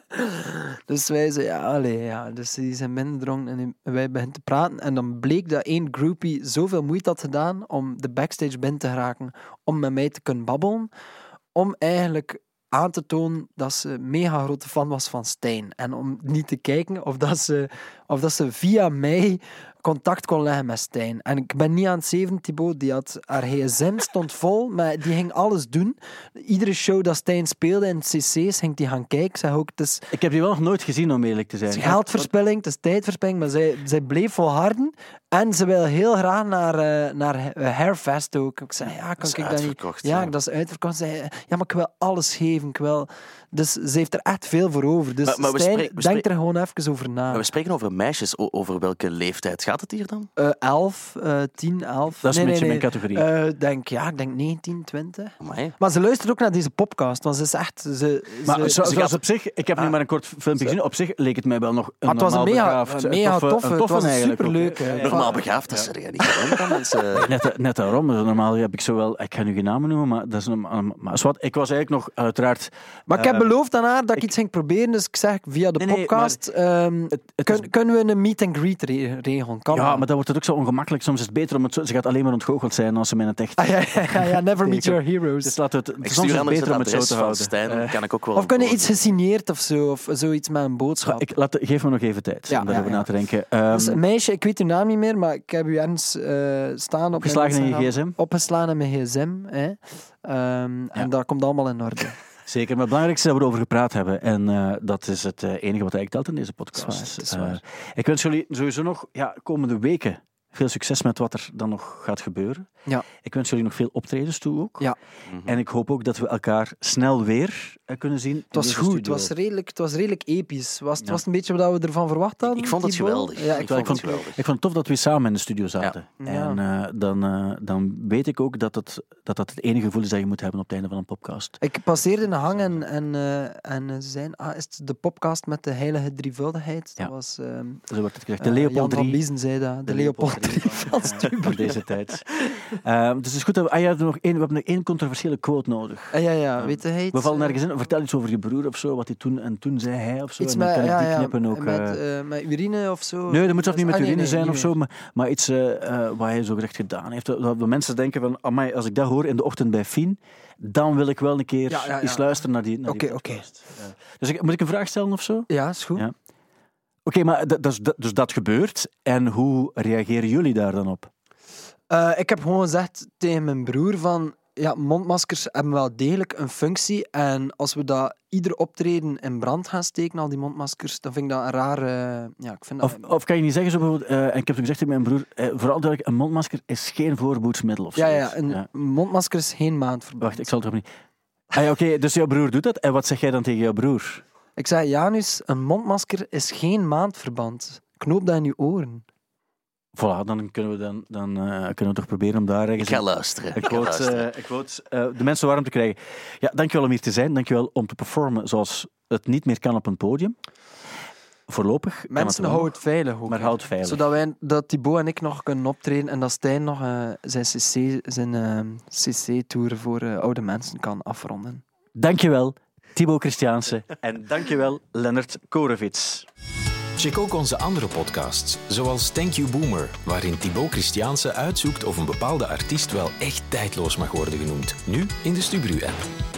Dus wij zo, ja, allee, ja. Dus die zijn binnengedrongen en wij beginnen te praten. En dan bleek dat één groupie zoveel moeite had gedaan om de backstage binnen te geraken, om met mij te kunnen babbelen, om eigenlijk aan te tonen dat ze mega grote fan was van Stijn. En om niet te kijken of dat ze, of dat ze via mij contact kon leggen met Stijn. En ik ben niet aan het zeven, Thibaut. Die had, haar gsm stond vol, maar die ging alles doen. Iedere show dat Stijn speelde in het cc's, ging die gaan kijken. Ik zeg ook, het is Ik heb die wel nog nooit gezien, om eerlijk te zijn. het is geldverspilling, het is tijdverspilling, maar zij, zij bleef volharden. En ze wil heel graag naar, uh, naar Hairfest ook. Ik zei, ja, kan is ik dat niet... uitverkocht, Ja, ja. dat is uitverkocht. Ze zei, ja, maar ik wil alles geven, ik wil... Dus ze heeft er echt veel voor over. Dus Maar- maar we Stijn, spreken- we denk spreken- er gewoon even over na. Maar we spreken over meisjes. O- over welke leeftijd gaat het hier dan? Uh, elf, uh, tien, elf... Dat is een nee, beetje nee, mijn categorie. nee. Uh, denk, ja, ik denk negentien, twintig. Amai. Maar ze luistert ook naar deze podcast, want ze is echt... Ze, Maar ze, zo, ze zoals gaat- op zich, ik heb nu Ah. maar een kort filmpje gezien. Op zich leek het mij wel nog een maar het was een normaal mega, begaafd, een mega toffe- toffe, een het was een eigenlijk ook, superleuk. hè. hè. Ja, ja. Normaal begaafd, dat is er niet gewend aan mensen. Net, net daarom. Normaal heb ik zo wel... Ik ga nu geen namen noemen, maar dat is een... Maar zwart, ik was eigenlijk nog uiteraard... Maar ik heb eh, beloofd aan haar dat ik, ik- iets ging proberen, dus ik zeg via de Nee, nee, podcast, ehm, Het, het kun- is- kunnen we een meet and greet re- regelen? Kan ja, dat? maar dan wordt het ook zo ongemakkelijk. Soms is het beter om het zo... Ze gaat alleen maar ontgoocheld zijn als ze mij het echt... Ah, ja, ja, ja, ja, never meet Teken. your heroes. Dus laten we het... Ik soms is stuur het anders beter het om het zo adres te van houden. Stijn. Eh, Kan ik ook wel Of kunnen volgen. iets gesigneerd of zo, of zoiets met een boodschap. ik, laat, geef me nog even tijd Ja, om daarover ja, ja. na te denken. Ehm, Dus een meisje, ik weet uw naam niet meer, maar ik heb u ergens eh, staan op Opgeslagen mijn in je Instagram. gsm? Opgeslagen in mijn gsm. Hè. Ehm, En dat komt allemaal in orde. Zeker, maar het belangrijkste is dat we erover gepraat hebben. En uh, dat is het uh, enige wat eigenlijk telt in deze podcast. Dat is waar, dat is waar. Uh, ik wens jullie sowieso nog ja, komende weken veel succes met wat er dan nog gaat gebeuren. Ja. Ik wens jullie nog veel optredens toe ook. Ja. Mhm. En ik hoop ook dat we elkaar snel weer uh, kunnen zien. Het was goed, het was, redelijk, het was redelijk episch. Was, het Ja. was een beetje wat we ervan verwacht hadden. Ik vond het Thibaut? geweldig. Ja, Ik ik vond vond het het geweldig. Ik vond het tof dat we samen in de studio zaten. Ja. En uh, dan, uh, dan weet ik ook dat, het, dat dat het enige gevoel is dat je moet hebben op het einde van een podcast. Ik passeerde een hang en, en, uh, en ze zeiden, ah, is het de podcast met de heilige drievuldigheid? Dat Ja. was... Um, Zo wordt het gezegd. De uh, Leopold Jan van drie. Biezen zei dat. De, de Leopold drie van uh, Stuber. van deze tijd. Uh, dus het is goed dat we... Ah, ja, we, nog één, we hebben nog één controversiële quote nodig. Uh, ja, ja, weet je, hij We vallen nergens in. Vertel iets over je broer of zo, wat hij toen... En toen zei hij of zo. Iets en dan met, kan ik ja, die ja, knippen ook. met, uh, uh, met urine of zo. Nee, dat moet zelfs niet met Ah, nee, urine nee, zijn niet of zo, maar, maar iets uh, uh, wat hij zo recht gedaan heeft. Dat we mensen denken van, amai, als ik dat hoor in de ochtend bij Fien, dan wil ik wel een keer Ja, ja, ja. eens luisteren naar die, naar die Oké, oké. podcast. Uh, dus ik, moet ik een vraag stellen of zo? Ja, is goed. Ja. Oké, okay, maar dat, dat, dat, dus dat gebeurt. En hoe reageren jullie daar dan op? Uh, ik heb gewoon gezegd tegen mijn broer van... Ja, mondmaskers hebben wel degelijk een functie. En als we dat ieder optreden in brand gaan steken, al die mondmaskers, dan vind ik dat een rare... Ja, ik vind dat... Of, of kan je niet zeggen, zo bijvoorbeeld, uh, en ik heb toen gezegd tegen mijn broer, uh, vooral duidelijk, een mondmasker is geen voorboedsmiddel of zo. Ja, ja, een ja. mondmasker is geen maandverband. Wacht, ik zal het toch niet... Ah ja, oké, okay, dus jouw broer doet dat. En wat zeg jij dan tegen jouw broer? Ik zei, Janus, een mondmasker is geen maandverband. Knoop dat in je oren. Voilà, dan kunnen we, dan, dan, uh, kunnen we toch proberen om daar ergens... Ik ga luisteren. Een quote, uh, een quote uh, de mensen warm te krijgen. Ja, dankjewel om hier te zijn. Dankjewel om te performen zoals het niet meer kan op een podium. Voorlopig. Mensen houden het veilig ook. Maar houd veilig. Zodat wij, dat Thibaut en ik nog kunnen optreden en dat Stijn nog uh, zijn C C, zijn uh, C C-tour voor uh, oude mensen kan afronden. Dankjewel, Thibaut Christiaanse. En dankjewel, Lennart Korevits. Check ook onze andere podcasts, zoals Thank You Boomer, waarin Thibaut Christiaanse uitzoekt of een bepaalde artiest wel echt tijdloos mag worden genoemd. Nu in de Stubru-app.